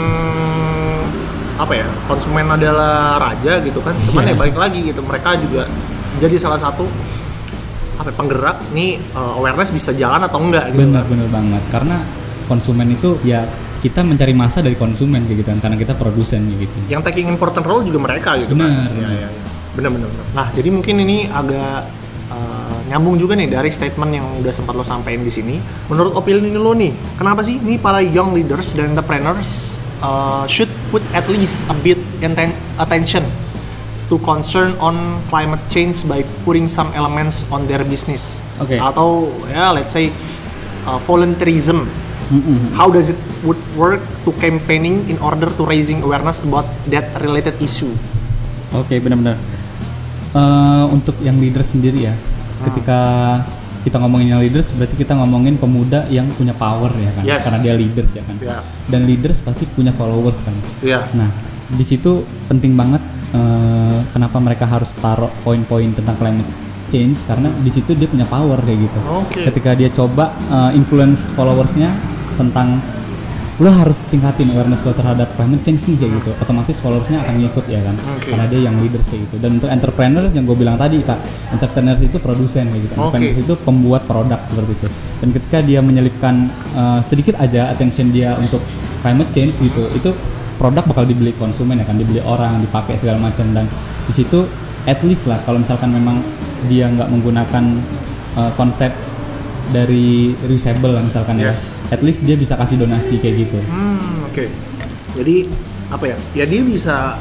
apa ya, konsumen adalah raja gitu kan, cuman yeah. ya balik lagi gitu, mereka juga jadi salah satu apa penggerak nih uh, awareness bisa jalan atau enggak gitu. Benar, kan? Benar banget, karena konsumen itu ya kita mencari masa dari konsumen gitu kan, karena kita produsen gitu. Yang taking important role juga mereka gitu. Benar, kan. Ya, ya, ya. Benar, benar, benar. Nah, jadi mungkin ini agak uh, nyambung juga nih dari statement yang udah sempat lo sampein di sini. Menurut opini lo nih, kenapa sih nih para young leaders dan entrepreneurs Uh, should put at least a bit inten- attention to concern on climate change by putting some elements on their business? Okay. Atau ya let's say uh, volunteerism. Mm-hmm. How does it would work to campaigning in order to raising awareness about that related issue? Oke, okay, benar-benar. Uh, untuk yang leader sendiri ya, hmm. ketika kita ngomongin yang leaders, berarti kita ngomongin pemuda yang punya power ya kan, yes. karena dia leaders ya kan, yeah. dan leaders pasti punya followers kan. Yeah. Nah, di situ penting banget uh, kenapa mereka harus taruh poin-poin tentang climate change, karena di situ dia punya power kayak gitu. Okay. Ketika dia coba uh, influence followersnya tentang lo harus tingkatin awareness lo terhadap climate change nih kayak gitu, otomatis followersnya akan ngikut ya kan, okay. karena dia yang leaders kayak gitu. Dan untuk entrepreneurs yang gue bilang tadi kak, entrepreneurs itu produsen kayak gitu, okay. entrepreneurs itu pembuat produk seperti itu. Dan ketika dia menyelipkan uh, sedikit aja attention dia untuk climate change gitu, itu produk bakal dibeli konsumen ya kan, dibeli orang, dipakai segala macam. Dan di situ at least lah kalau misalkan memang dia nggak menggunakan uh, konsep dari reusable lah misalkan yes. ya, at least dia bisa kasih donasi kayak gitu. Hmm, oke. Okay. Jadi apa ya? Ya dia bisa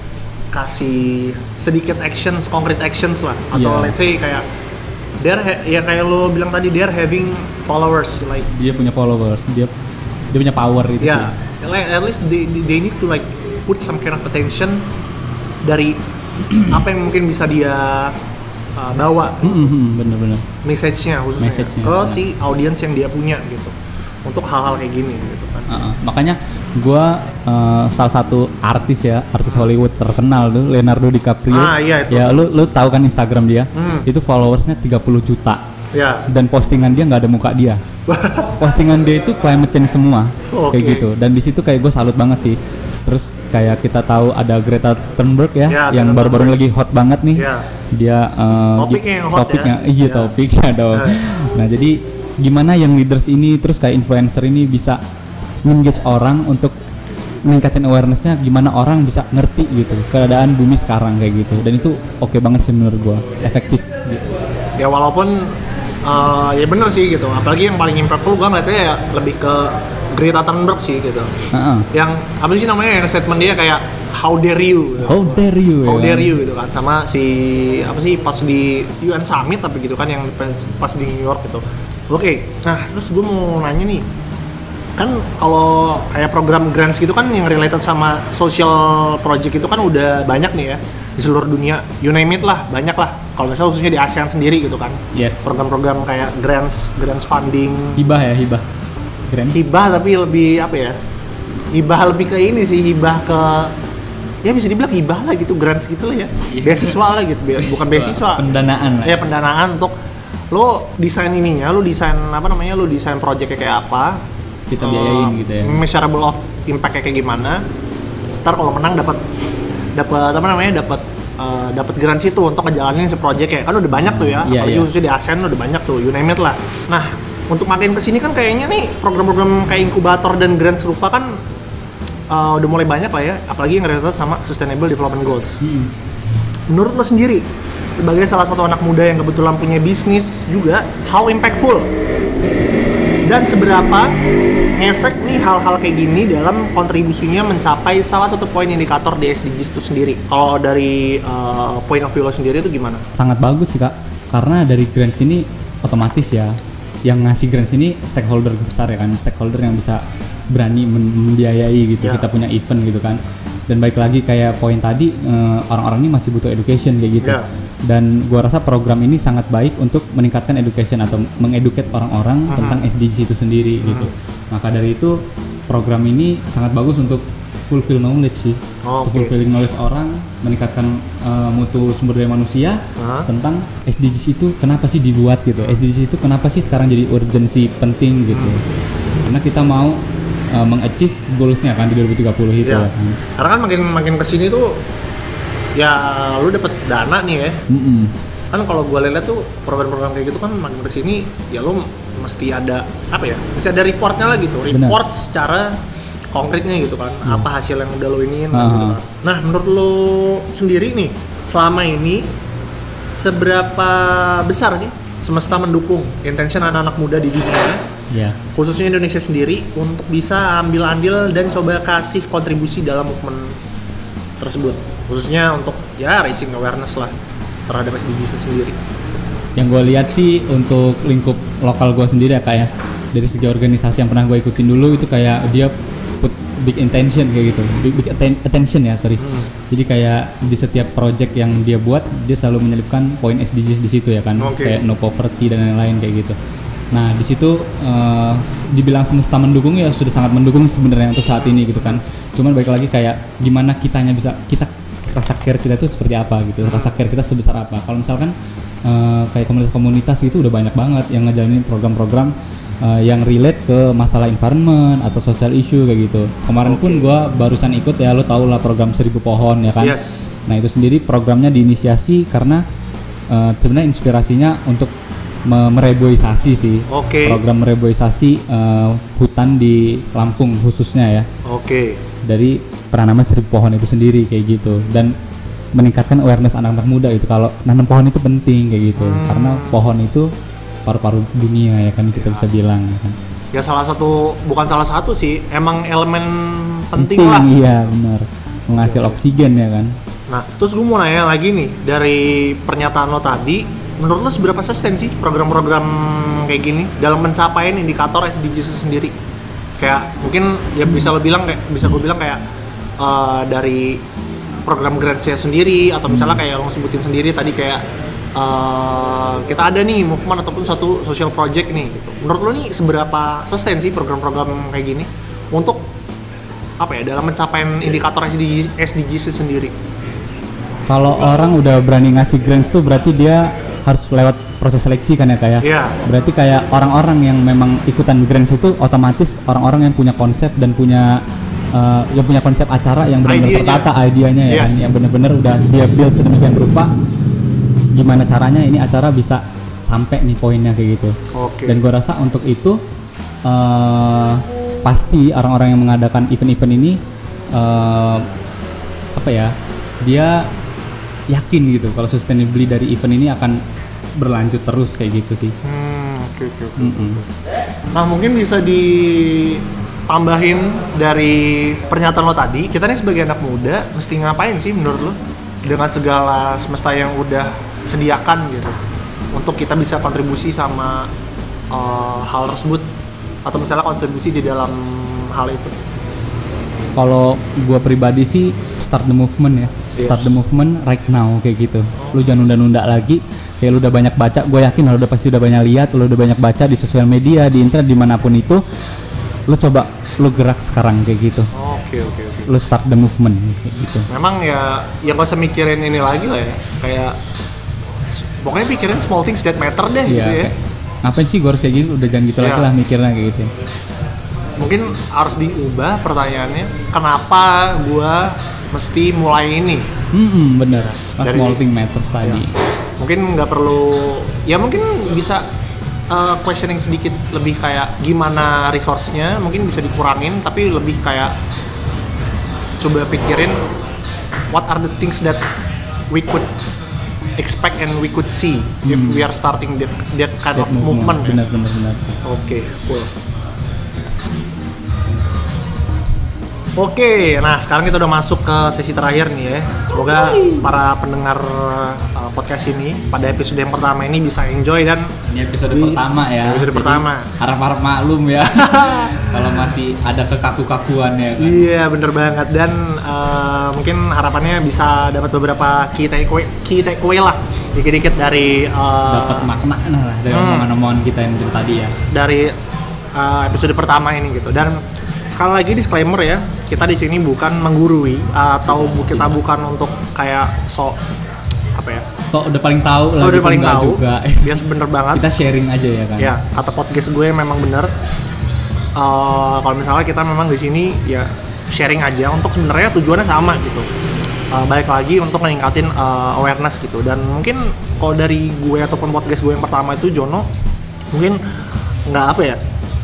kasih sedikit actions, concrete actions lah. Atau yeah. let's say kayak they're ha- ya kayak lo bilang tadi, they're having followers like. Dia punya followers, dia dia punya power itu. Ya, yeah. like, at least they they need to like put some kind of attention dari apa yang mungkin bisa dia Uh, bawa mm-hmm, bener-bener message-nya khususnya message-nya, ke bener. si audiens yang dia punya gitu untuk hal-hal kayak gini gitu kan. Uh-uh. Makanya gue uh, salah satu artis ya, artis Hollywood terkenal tuh Leonardo DiCaprio. Ah iya itu. Ya lu lu tahu kan Instagram dia, hmm. itu followersnya tiga puluh juta. Ya. Dan postingan dia nggak ada muka dia. Postingan dia itu climate change semua, okay. kayak gitu. Dan di situ kayak gue salut banget sih. Terus kayak kita tahu ada Greta Thunberg ya, ya yang baru-baru lagi hot banget nih. Ya. Dia uh, topiknya yang hot topiknya, ya. iya ya. topiknya dong. Ya. Nah jadi gimana yang leaders ini terus kayak influencer ini bisa engage orang untuk meningkatin awareness-nya, gimana orang bisa ngerti gitu keadaan bumi sekarang kayak gitu. Dan itu oke okay banget sih menurut gua, efektif gitu. Ya walaupun uh, ya bener sih gitu, apalagi yang paling impactful gua ngeliatnya ya lebih ke Greta Thunberg sih gitu. Uh-uh. Yang apa sih namanya, yang statement dia kayak how dare you gitu. How dare you How ya dare you gitu kan, sama si apa sih pas di U N Summit tapi gitu kan, yang pas di New York gitu. Oke, okay. Nah terus gue mau nanya nih, kan kalau kayak program grants gitu kan yang related sama social project itu kan udah banyak nih ya di seluruh dunia, you name it lah, banyak lah. Kalau misalnya khususnya di ASEAN sendiri gitu kan, yes. program-program kayak grants, grants funding, hibah ya hibah, grants. Hibah tapi lebih apa ya? Hibah lebih ke ini sih, hibah ke ya bisa dibilang hibah lah gitu, grants gitu lah ya, beasiswa lah gitu, bukan beasiswa, pendanaan lah. Ya pendanaan untuk lo desain ininya, lo desain apa namanya, lo desain projectnya kayak apa, kita biayain uh, gitu ya. Measurable of impact kayak gimana. Ntar kalau menang dapat dapat apa namanya, dapat uh, dapat grants itu untuk ngejalanin si project ya. Kan udah banyak tuh ya, yeah, apalagi yeah. khususnya di ASEAN udah banyak tuh, you name it lah. Nah, untuk makin kesini kan kayaknya nih program-program kayak inkubator dan grants serupa kan uh, udah mulai banyak lah ya, apalagi yang related sama Sustainable Development Goals. Hmm. Menurut lo sendiri, sebagai salah satu anak muda yang kebetulan punya bisnis juga, how impactful dan seberapa efek nih hal-hal kayak gini dalam kontribusinya mencapai salah satu poin indikator di S D Gs itu sendiri. Kalau dari uh, point of view lo sendiri itu gimana? Sangat bagus sih Kak, karena dari grants ini otomatis ya yang ngasih grants ini stakeholder besar ya kan, stakeholder yang bisa berani membiayai gitu, yeah. Kita punya event gitu kan. Dan baik lagi kayak poin tadi, uh, orang-orang ini masih butuh education kayak gitu, yeah. Dan gua rasa program ini sangat baik untuk meningkatkan education atau mengeduket orang-orang uh-huh. tentang S D Gs itu sendiri uh-huh. gitu. Maka dari itu program ini sangat bagus untuk fulfill knowledge sih, oh, untuk okay. fulfilling knowledge orang, meningkatkan uh, mutu sumber daya manusia uh-huh. tentang S D Gs itu kenapa sih dibuat gitu, S D Gs itu kenapa sih sekarang jadi urgensi penting gitu, uh-huh. Karena kita mau Uh, meng-achieve goals-nya kan di dua ribu tiga puluh itu ya. Kan. Karena kan makin makin kesini tuh ya lu dapet dana nih ya. Mm-hmm. Kan kalau gue lihat tuh program-program kayak gitu kan makin kesini ya lu mesti ada apa ya? Mesti ada reportnya lah gitu. Report Benar. Secara konkretnya gitu kan. Hmm. Apa hasil yang udah lu iniin uh-huh. gitu kan. Nah, menurut lu sendiri nih selama ini seberapa besar sih semesta mendukung intention anak-anak muda di dunia? Yeah. Khususnya Indonesia sendiri untuk bisa ambil andil dan coba kasih kontribusi dalam movement tersebut, khususnya untuk ya raising awareness lah terhadap S D Gs sendiri. Yang gue lihat sih untuk lingkup lokal gue sendiri ya Kak ya, dari segi organisasi yang pernah gue ikutin dulu itu kayak dia put big intention kayak gitu, big, big atten- attention ya sorry. Hmm. Jadi kayak di setiap project yang dia buat dia selalu menyelipkan poin S D Gs di situ ya kan, okay. Kayak no poverty dan lain-lain kayak gitu. Nah di situ uh, dibilang semesta mendukung ya sudah sangat mendukung sebenarnya untuk saat ini gitu kan. Cuman balik lagi kayak gimana kitanya bisa kita rasa care kita itu seperti apa gitu, rasa care kita sebesar apa. Kalau misalkan uh, kayak komunitas-komunitas itu udah banyak banget yang ngejalanin program-program uh, yang relate ke masalah environment atau social issue kayak gitu. Kemarin okay. pun gue barusan ikut ya, lo tau lah program seribu pohon ya kan. Yes. Nah itu sendiri programnya diinisiasi karena uh, sebenarnya inspirasinya untuk mereboisasi sih, okay. Program mereboisasi uh, hutan di Lampung khususnya ya. Oke. Okay. Dari penanaman seribu pohon itu sendiri kayak gitu, dan meningkatkan awareness anak-anak muda itu kalau nanam pohon itu penting kayak gitu, hmm. karena pohon itu paru-paru dunia ya kan kita ya. Bisa bilang ya kan. Ya salah satu, bukan salah satu sih, emang elemen penting, penting lah. Iya benar, menghasil okay. oksigen ya kan. Nah terus gue mau nanya lagi nih dari pernyataan lo tadi. Menurut lo seberapa sustain sih program-program kayak gini dalam mencapai indikator S D Gs sendiri? Kayak mungkin ya bisa lo bilang kayak bisa gue bilang kayak uh, dari program grants-nya sendiri atau misalnya kayak lo sebutin sendiri tadi kayak uh, kita ada nih movement ataupun satu social project nih gitu. Menurut lo nih seberapa sustain sih program-program kayak gini untuk apa ya dalam mencapai indikator S D Gs sendiri? Kalau orang udah berani ngasih grants tuh berarti dia harus lewat proses seleksi kan ya kayak. Yeah. Berarti kayak orang-orang yang memang ikutan grants itu otomatis orang-orang yang punya konsep dan punya uh, yang punya konsep acara yang benar-benar tertata idenya ya yes. kan, yang benar-benar udah dia build sedemikian rupa gimana caranya ini acara bisa sampai nih poinnya kayak gitu. Okay. Dan gue rasa untuk itu uh, pasti orang-orang yang mengadakan event-event ini uh, apa ya dia yakin gitu kalau sustainability dari event ini akan berlanjut terus kayak gitu sih. Hmm, oke oke oke. Nah mungkin bisa ditambahin dari pernyataan lo tadi, kita nih sebagai anak muda mesti ngapain sih menurut lo dengan segala semesta yang udah sediakan gitu untuk kita bisa kontribusi sama uh, hal tersebut atau misalnya kontribusi di dalam hal itu? Kalau gue pribadi sih start the movement ya. Yes. Start the movement right now kayak gitu. Lu jangan nunda-nunda lagi. Kayak lu udah banyak baca, gue yakin lu udah pasti udah banyak lihat, lu udah banyak baca di sosial media, di internet, dimanapun itu. Lu coba, lu gerak sekarang kayak gitu. Oke oke oke. Lu start the movement kayak gitu. Memang ya, ya gak usah mikirin ini lagi lah ya. Kayak pokoknya pikirin small things that matter deh yeah, gitu ya. Kayak, ngapain sih gue harus kayak gitu? Udah jangan gitu yeah. lagi lah mikirnya kayak gitu. Mungkin harus diubah pertanyaannya, kenapa gue mesti mulai ini? Hmm, bener. Dari, small thing matters tadi. Ya. Mungkin nggak perlu, ya mungkin bisa uh, questioning sedikit lebih kayak gimana resource-nya, mungkin bisa dikurangin, tapi lebih kayak coba pikirin what are the things that we could expect and we could see hmm. if we are starting that that kind that of movement. Benar, benar, benar. Oke, okay, cool. Oke, nah sekarang kita udah masuk ke sesi terakhir nih ya. Semoga para pendengar uh, podcast ini pada episode yang pertama ini bisa enjoy dan ini episode di, pertama ya. Episode Jadi, pertama. Harap-harap maklum ya. Kalau masih ada kekaku-kakuan ya. Kan? Iya, bener banget dan uh, mungkin harapannya bisa dapat beberapa key takeaway, key takeaway lah dikit-dikit dari uh, dapat makna nah, lah dari hmm, omongan-omongan kita yang tadi ya. Dari uh, episode pertama ini gitu dan sekali lagi disclaimer ya, kita di sini bukan menggurui atau kita bukan untuk kayak so apa ya? So udah paling tahu so, lah. udah paling tahu. Juga. Biasa bener banget. Kita sharing aja ya kan. Ya, kata podcast gue memang bener. Uh, kalau misalnya kita memang di sini ya sharing aja untuk sebenarnya tujuannya sama gitu. Uh, balik lagi untuk meningkatin uh, awareness gitu dan mungkin kalau dari gue ataupun podcast gue yang pertama itu Jono mungkin nggak apa ya?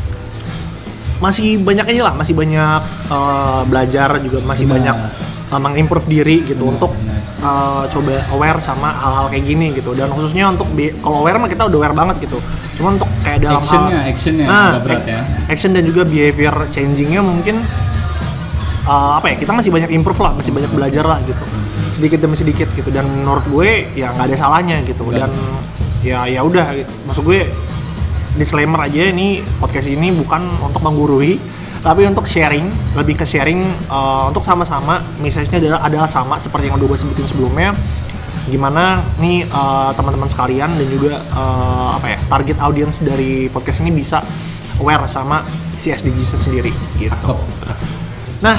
Masih banyak ini lah, masih banyak uh, belajar juga, masih nah. banyak uh, mengimprove diri gitu nah, untuk uh, coba aware sama hal-hal kayak gini gitu dan khususnya untuk be- kalau aware mah kita udah aware banget gitu. Cuma untuk kayak dalam actionnya, hal actionnya nah, berat ya. Action dan juga behavior changingnya mungkin uh, apa ya kita masih banyak improve lah, masih banyak belajar lah gitu. Sedikit demi sedikit gitu dan menurut gue ya nggak ada salahnya gitu dan ya ya udah gitu. Maksud gue disclaimer aja ini podcast ini bukan untuk menggurui tapi untuk sharing, lebih ke sharing uh, untuk sama-sama message-nya adalah, adalah sama seperti yang udah gue sebutin sebelumnya gimana nih uh, teman-teman sekalian dan juga uh, apa ya target audience dari podcast ini bisa aware sama si S D Gs sendiri gitu. Nah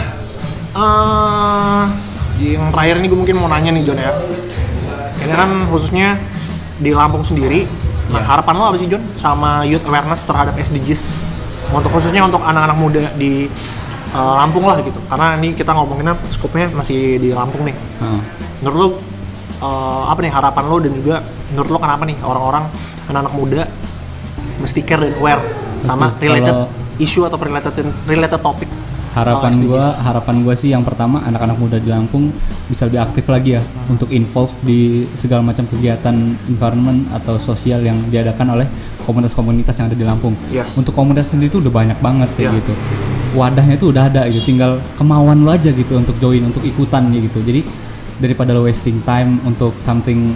uh, yang terakhir ini gue mungkin mau nanya nih John ya, ini kan khususnya di Lampung sendiri. Nah, yeah. harapan lo apa sih John sama youth awareness terhadap S D Gs untuk khususnya untuk anak-anak muda di uh, Lampung lah gitu karena ini kita ngomonginnya skopnya masih di Lampung nih. Hmm. Menurut lo uh, apa nih harapan lo dan juga menurut lo kenapa nih orang-orang anak-anak muda mesti care dan aware sama okay, related kalau issue atau related related topic? Harapan gue, harapan gue sih yang pertama anak-anak muda di Lampung bisa lebih aktif lagi ya hmm. untuk involve di segala macam kegiatan environment atau sosial yang diadakan oleh komunitas-komunitas yang ada di Lampung. Yes. Untuk komunitas sendiri itu udah banyak banget kayak yeah. gitu. Wadahnya itu udah ada gitu, tinggal kemauan lo aja gitu untuk join, untuk ikutan gitu. Jadi daripada lo wasting time untuk something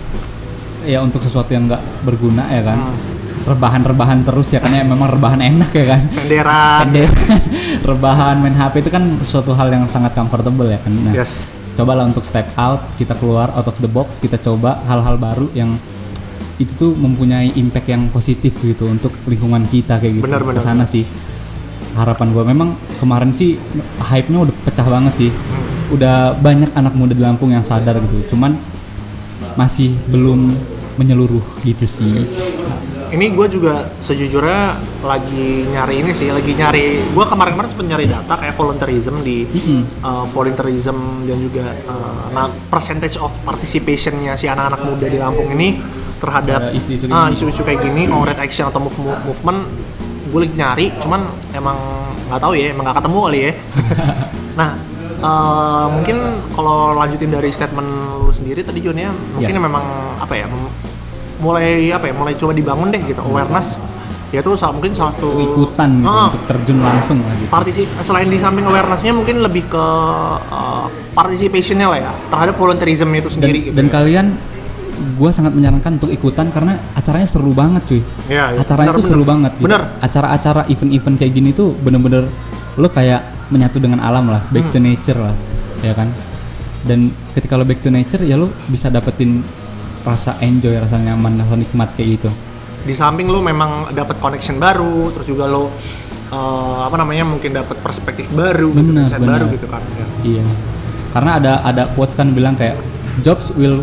ya untuk sesuatu yang nggak berguna ya kan. Hmm. rebahan-rebahan terus ya kan ya memang rebahan enak ya kan senderan rebahan main H P itu kan suatu hal yang sangat comfortable ya kan nah yes. cobalah untuk step out kita keluar out of the box kita coba hal-hal baru yang itu tuh mempunyai impact yang positif gitu untuk lingkungan kita kayak gitu kesana sih harapan gue memang kemarin sih hype-nya udah pecah banget sih hmm. udah banyak anak muda di Lampung yang sadar gitu cuman masih belum menyeluruh gitu sih. Ini gue juga sejujurnya lagi nyari ini sih, lagi nyari, gue kemarin-kemarin sempat nyari data kayak volunteerism di mm-hmm. uh, volunteerism dan juga uh, nah, percentage of participationnya si anak-anak muda di Lampung ini terhadap isu-isu, uh, isu-isu kayak gini, concrete action atau move, move, movement, gue lagi nyari, cuman emang nggak tahu ya, emang nggak ketemu kali ya. Nah, uh, mungkin kalau lanjutin dari statement lu sendiri tadi John ya, mungkin yeah. memang apa ya? Mem- mulai apa ya mulai coba dibangun deh gitu awareness ya itu salah mungkin salah satu ikutan gitu, uh, untuk terjun langsung lah gitu. Partisip selain di samping awarenessnya mungkin lebih ke uh, participationnya lah ya terhadap volunteerism itu sendiri dan, gitu dan ya. Kalian gue sangat menyarankan untuk ikutan karena acaranya seru banget cuy ya, ya. acaranya bener, itu seru bener. banget gitu. Bener. Acara-acara event-event kayak gini tuh bener-bener lo kayak menyatu dengan alam lah back hmm. to nature lah ya kan dan ketika lo back to nature ya lo bisa dapetin rasa enjoy, rasa nyaman, rasa nikmat kayak gitu. Di samping lo memang dapat connection baru, terus juga lo uh, apa namanya mungkin dapat perspektif baru, bener, gitu, bener. baru gitu kan. Ya. Iya. Karena ada ada quotes kan bilang kayak jobs will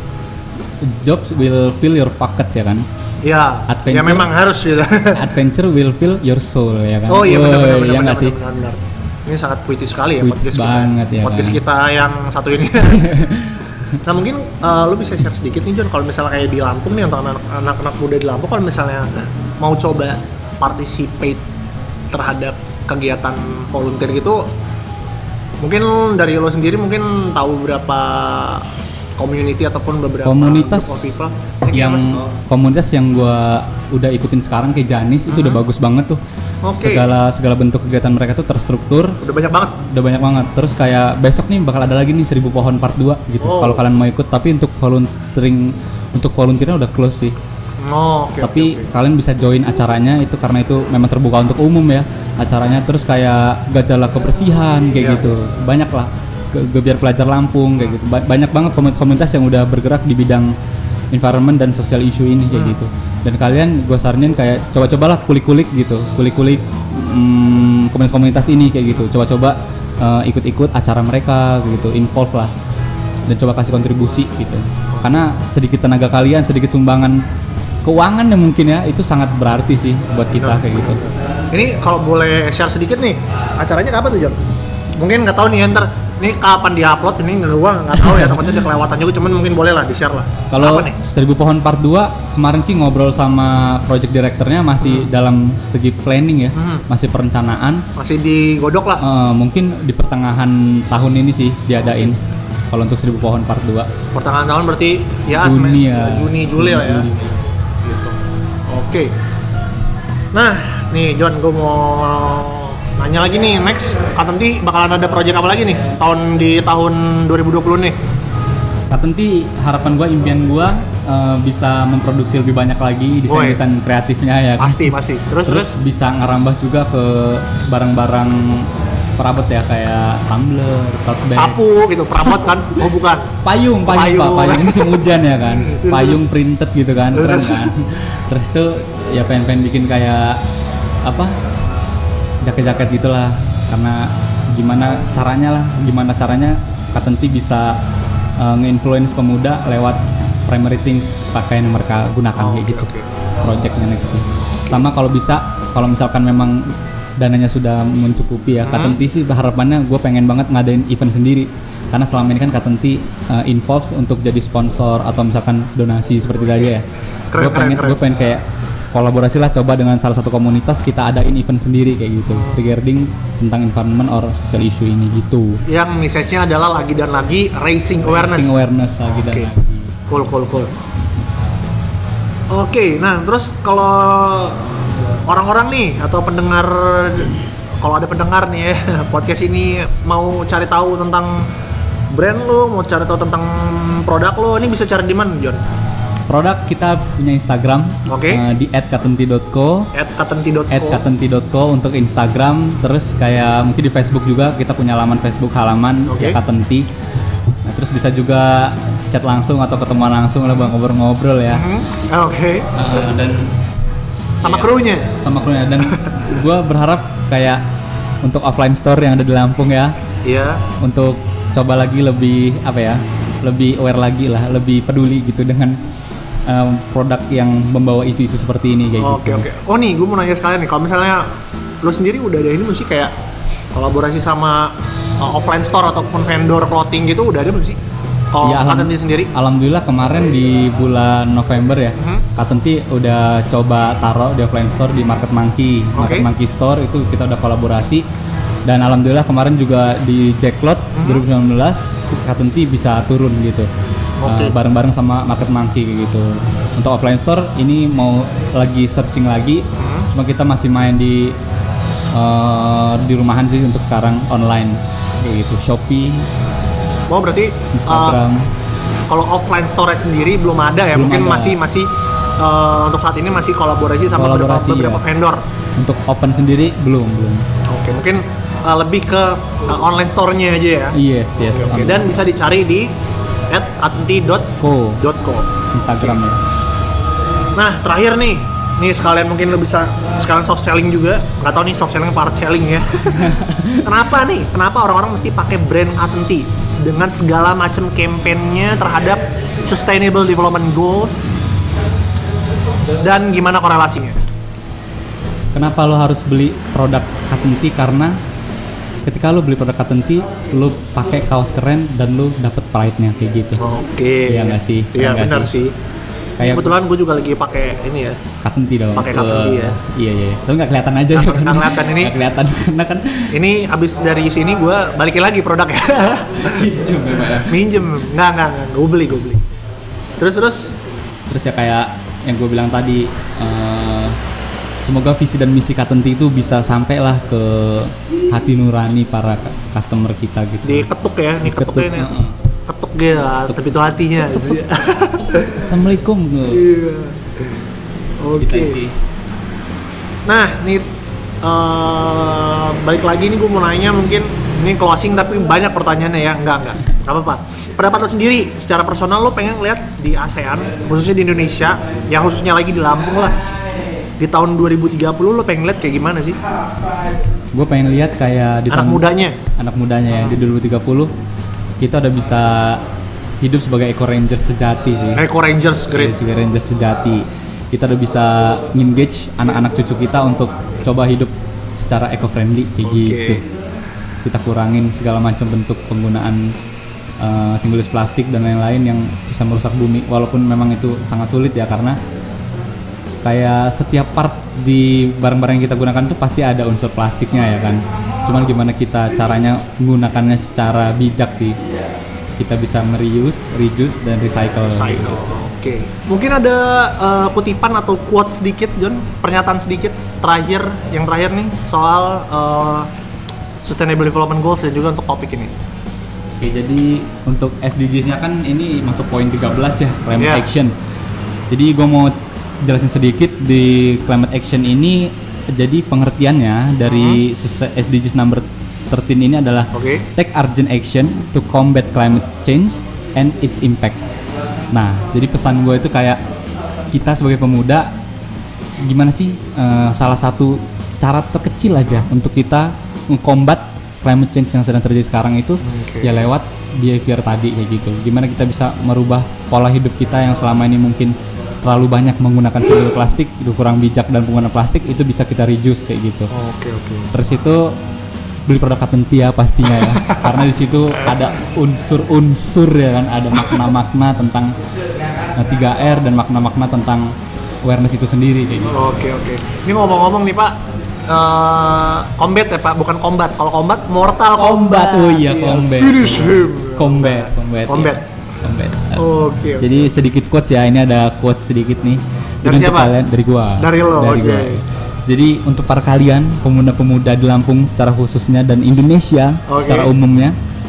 jobs will fill your pocket ya kan. Iya. Ya memang harus gitu. Adventure will fill your soul ya kan. Oh iya benar-benar. Iya nggak sih? Benar, benar. Ini sangat puitis sekali ya puitis podcast banget kita. Ya podcast kan? kita yang satu ini. Nah mungkin uh, lu bisa share sedikit nih John kalau misalnya kayak di Lampung nih untuk anak-anak muda di Lampung kalau misalnya mau coba participate terhadap kegiatan volunteer gitu mungkin dari lo sendiri mungkin tahu berapa community ataupun beberapa komunitas group of people yang oh. komunitas yang gua udah ikutin sekarang kayak Janis itu hmm. udah bagus banget tuh. Okay. Segala segala bentuk kegiatan mereka tuh terstruktur. Udah banyak banget. Udah banyak banget. Terus kayak besok nih bakal ada lagi nih seribu pohon part dua gitu. Oh. Kalau kalian mau ikut, tapi untuk volunteering untuk volunteernya udah close sih. Oh, okay, tapi okay, okay. kalian bisa join acaranya itu karena itu memang terbuka untuk umum ya acaranya. Terus kayak gajala kebersihan kayak yeah. gitu. Banyak lah. Gebiar Pelajar Lampung kayak gitu. Ba- banyak banget komunitas yang udah bergerak di bidang environment dan social issue ini kayak hmm. gitu. Dan kalian gue saranin kayak coba-cobalah kulik-kulik gitu. Kulik-kulik hmm, komunitas-komunitas ini kayak gitu. Coba-coba uh, ikut-ikut acara mereka gitu, involve lah. Dan coba kasih kontribusi gitu. Karena sedikit tenaga kalian, sedikit sumbangan keuangan ya mungkin ya, itu sangat berarti sih buat kita kayak gitu. Ini kalau boleh share sedikit nih, acaranya kapan tuh John? Mungkin nggak tahu nih ntar ini kapan diupload, ini gua nggak tahu ya, takutnya udah kelewatan juga, cuman mungkin boleh lah di-share lah. Kalau seribu pohon part dua kemarin sih ngobrol sama project directornya masih hmm. dalam segi planning ya, hmm. masih perencanaan, masih digodok lah. Uh, mungkin di pertengahan tahun ini sih diadain. Kalau untuk seribu pohon part dua. Pertengahan tahun berarti ya Juni ya. Juni Juli lah ya. Gitu. Oke. Nah, nih John, gua mau nanya lagi nih, next Katenti bakalan ada project apa lagi nih tahun di tahun dua ribu dua puluh nih? Katenti harapan gua, impian gua uh, bisa memproduksi lebih banyak lagi desain-desain kreatifnya ya. Pasti pasti. Terus, terus terus bisa ngerambah juga ke barang-barang perabot ya, kayak tumbler, tote bag, sapu gitu, perabot kan? Oh bukan. Payung, payung, payung. Pak, payung musim hujan ya kan. Payung printed gitu kan, keren kan. Terus tuh ya pengen-pengen bikin kayak apa? jaket-jaket gitulah, karena gimana caranya lah, gimana caranya Katenti bisa uh, nge-influence pemuda lewat primary things, pakaian yang mereka gunakan oh, kayak okay, gitu. Okay. Projectnya next sih. Sama kalau bisa, kalau misalkan memang dananya sudah mencukupi ya, hmm. Katenti sih harapannya gue pengen banget ngadain event sendiri, karena selama ini kan Katenti uh, involve untuk jadi sponsor atau misalkan donasi seperti tadi ya. Gue pengen, gue pengen kayak kolaborasi lah, coba dengan salah satu komunitas kita adain event sendiri kayak gitu regarding tentang environment or social issue ini gitu. Yang message-nya adalah lagi dan lagi raising awareness. Raising awareness lagi okay. dan lagi. Cool cool cool. Oke, okay, nah terus kalau orang-orang nih atau pendengar, kalau ada pendengar nih ya podcast ini mau cari tahu tentang brand lo, mau cari tahu tentang produk lo, ini bisa cari di mana John? Produk kita punya Instagram, okay. uh, di at katenti dot co, at katenti dot co, at katenti dot co untuk Instagram. Terus kayak mungkin di Facebook juga kita punya laman Facebook halaman okay. ya Katenti. Nah, terus bisa juga chat langsung atau ketemuan langsung lah, bang, ngobrol-ngobrol ya. Mm-hmm. Oke. Okay. Uh, dan sama ya, krunya. Sama krunya dan gue berharap kayak untuk offline store yang ada di Lampung ya. Iya. Yeah. Untuk coba lagi lebih apa ya? Lebih aware lagi lah, lebih peduli gitu dengan Um, produk yang membawa isu-isu seperti ini kayak oh, gitu. Oke oke. Oh nih, gue mau nanya sekalian nih, kalau misalnya lo sendiri udah ada ini belum sih kayak kolaborasi sama uh, offline store ataupun vendor clothing gitu, udah ada belum sih? Kalau ya, Katenti sendiri? Alhamdulillah kemarin di bulan November ya, hmm? Katenti udah coba taruh di offline store di Market Monkey, Market okay. Monkey Store itu kita udah kolaborasi. Dan alhamdulillah kemarin juga di Jacklot hmm? dua ribu sembilan belas Katenti bisa turun gitu. Okay. Uh, bareng-bareng sama Market Monkey gitu. Untuk offline store ini mau lagi searching lagi, hmm. cuma kita masih main di uh, di rumahan sih untuk sekarang online kayak gitu. Shopee. Oh berarti Instagram. Uh, kalau offline store sendiri belum ada ya? Belum mungkin ada. masih masih uh, untuk saat ini masih kolaborasi sama kolaborasi, beberapa, beberapa ya. vendor. Untuk open sendiri belum belum. Oke okay, mungkin uh, lebih ke uh, online store-nya aja ya. Yes yes. Okay, okay. Dan bisa dicari di at katenti dot co Instagramnya. Nah terakhir nih, nih sekalian mungkin lo bisa sekalian soft selling juga. Nggak tahu nih soft selling apa hard selling ya. Kenapa nih? Kenapa orang-orang mesti pakai brand Katenti dengan segala macam kampanyenya terhadap Sustainable Development Goals, dan gimana korelasinya? Kenapa lo harus beli produk Katenti? Karena ketika lo beli produk Katenti, lo pakai kaos keren dan lo dapet pride-nya kayak gitu. Oke. Iya nggak sih? Iya benar sih. Kayak kebetulan gue juga lagi pakai ini ya. Cotton Tee dong. Pakai Cotton Tee ya. Iya iya. Tapi nggak kelihatan aja. Nggak kan? kelihatan ini. Nggak kelihatan karena kan. Ini abis dari sini gue balikin lagi produk ya. Minjem ya. Minjem. Nggak nggak nggak. Gue beli gue beli. Terus terus. Terus ya kayak yang gue bilang tadi. Uh, Semoga visi dan misi Cotton Tee itu bisa sampailah ke hati nurani para customer kita gitu. Diketuk ya, nih ketuknya nih. Uh-uh. Ketuk dia, tapi itu hatinya. Assalamualaikum. Iya. Oke. Okay. Nah, nih uh, balik lagi nih gue mau nanya mungkin ini closing tapi banyak pertanyaannya ya. Enggak enggak. Enggak apa-apa. Pendapat lo sendiri, secara personal lo pengen lihat di ASEAN, khususnya di Indonesia, ya khususnya lagi di Lampung lah. Di tahun dua ribu tiga puluh lo pengen lihat kayak gimana sih? Gue pengen lihat kayak di anak tahun, mudanya. Anak mudanya ya di dua ribu tiga puluh kita udah bisa hidup sebagai Eco Rangers sejati sih. Eco Rangers great. Eco Rangers sejati. Kita udah bisa engage anak-anak cucu kita untuk coba hidup secara eco friendly kayak okay. gitu. Kita kurangin segala macam bentuk penggunaan uh, single use plastik dan lain-lain yang bisa merusak bumi. Walaupun memang itu sangat sulit ya karena kayak setiap part di barang-barang yang kita gunakan tuh pasti ada unsur plastiknya ya kan. Cuman gimana kita caranya menggunakannya secara bijak sih. Kita bisa mereuse, reduce dan recycle. Recycle. Oke. Okay. Mungkin ada uh, kutipan atau quote sedikit, John, pernyataan sedikit terakhir yang terakhir nih soal uh, Sustainable Development Goals dan juga untuk topik ini. Oke, jadi untuk S D Gs-nya kan ini masuk poin tiga belas ya, climate yeah. action. Jadi gue mau jelasin sedikit di climate action ini. Jadi pengertiannya dari uh-huh. S D Gs number tiga belas ini adalah okay. take urgent action to combat climate change and its impact. Nah, jadi pesan gue itu kayak kita sebagai pemuda gimana sih uh, salah satu cara terkecil aja untuk kita mengcombat climate change yang sedang terjadi sekarang itu okay. ya lewat behavior tadi kayak gitu. Gimana kita bisa merubah pola hidup kita yang selama ini mungkin terlalu banyak menggunakan single plastik, itu kurang bijak dan penggunaan plastik itu bisa kita reduce kayak gitu. Oke okay, oke. Okay. Terus itu beli produk Cotton Tee ya pastinya ya, karena di situ ada unsur-unsur ya kan, ada makna-makna tentang tiga R dan makna-makna tentang awareness itu sendiri kayak gitu. Oke okay, oke. Okay. Ini ngomong-ngomong nih Pak, uh, combat ya Pak, bukan combat. Kalau combat Mortal Kombat. Oh iya combat. Finish him. Combat, combat. Combat. Ya. Combat. Oke. Okay, okay. Jadi sedikit quotes ya, ini ada quotes sedikit nih. Dari siapa? Kalian, dari gua. Dari lo. Dari okay. gua. Jadi untuk para kalian pemuda-pemuda di Lampung secara khususnya dan Indonesia okay. secara umumnya.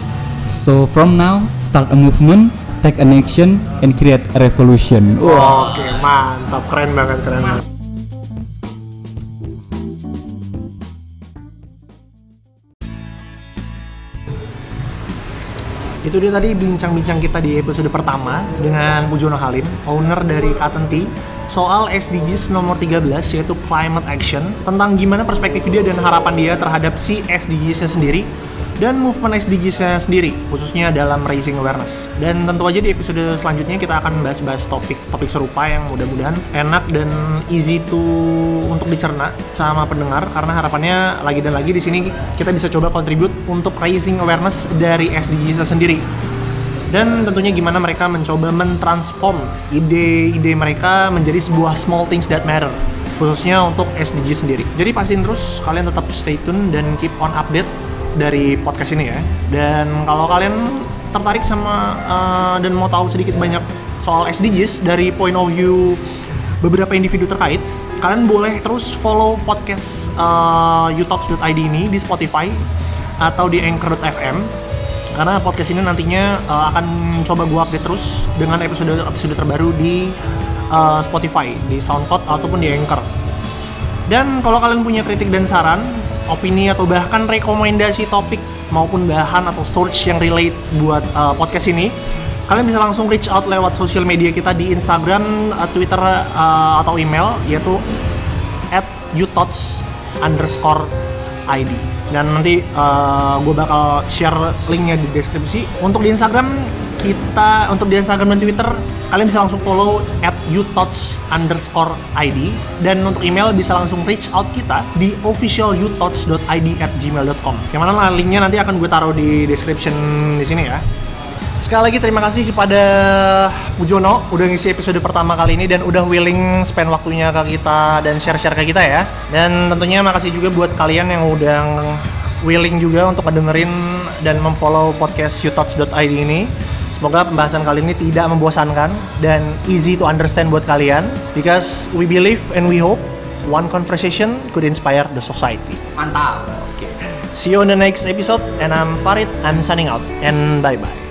So from now start a movement, take an action and create a revolution. Wow. Oke, okay, mantap, keren banget, keren banget. Itu dia tadi bincang-bincang kita di episode pertama dengan Pujono Halim, owner dari Cotton Tee, soal S D Gs nomor tiga belas yaitu Climate Action, tentang gimana perspektif dia dan harapan dia terhadap si S D Gs-nya sendiri dan movement S D Gs-nya sendiri, khususnya dalam raising awareness. Dan tentu aja di episode selanjutnya kita akan bahas-bahas topik-topik serupa yang mudah-mudahan enak dan easy to untuk dicerna sama pendengar, karena harapannya lagi dan lagi di sini kita bisa coba contribute untuk raising awareness dari S D Gs-nya sendiri. Dan tentunya gimana mereka mencoba mentransform ide-ide mereka menjadi sebuah small things that matter, khususnya untuk S D G sendiri. Jadi pastiin terus kalian tetap stay tune dan keep on update dari podcast ini ya. Dan kalau kalian tertarik sama uh, dan mau tahu sedikit banyak soal S D Gs dari point of view beberapa individu terkait, kalian boleh terus follow podcast uh, you talks dot i d ini di Spotify atau di anchor dot f m. Karena podcast ini nantinya uh, akan coba gue update terus dengan episode-episode terbaru di uh, Spotify, di SoundCloud ataupun di Anchor. Dan kalau kalian punya kritik dan saran, opini atau bahkan rekomendasi topik maupun bahan atau source yang relate buat uh, podcast ini, kalian bisa langsung reach out lewat sosial media kita di Instagram, uh, Twitter uh, atau email, yaitu at youthoughts underscore id. Dan nanti uh, gue bakal share linknya di deskripsi. Untuk di Instagram kita, untuk di Instagram dan Twitter kalian bisa langsung follow at youthoughts underscore id. Dan untuk email bisa langsung reach out kita di official youthoughts dot i d at gmail dot com. Yang mana linknya nanti akan gue taruh di description di sini ya. Sekali lagi terima kasih kepada Pujono udah ngisi episode pertama kali ini dan udah willing spend waktunya ke kita dan share-share ke kita ya. Dan tentunya makasih juga buat kalian yang udah willing juga untuk ngedengerin dan memfollow podcast you touch dot i d ini. Semoga pembahasan kali ini tidak membosankan dan easy to understand buat kalian, because we believe and we hope one conversation could inspire the society. Mantap. Oke. Okay. See you on the next episode and I'm Farid, I'm signing out and bye bye.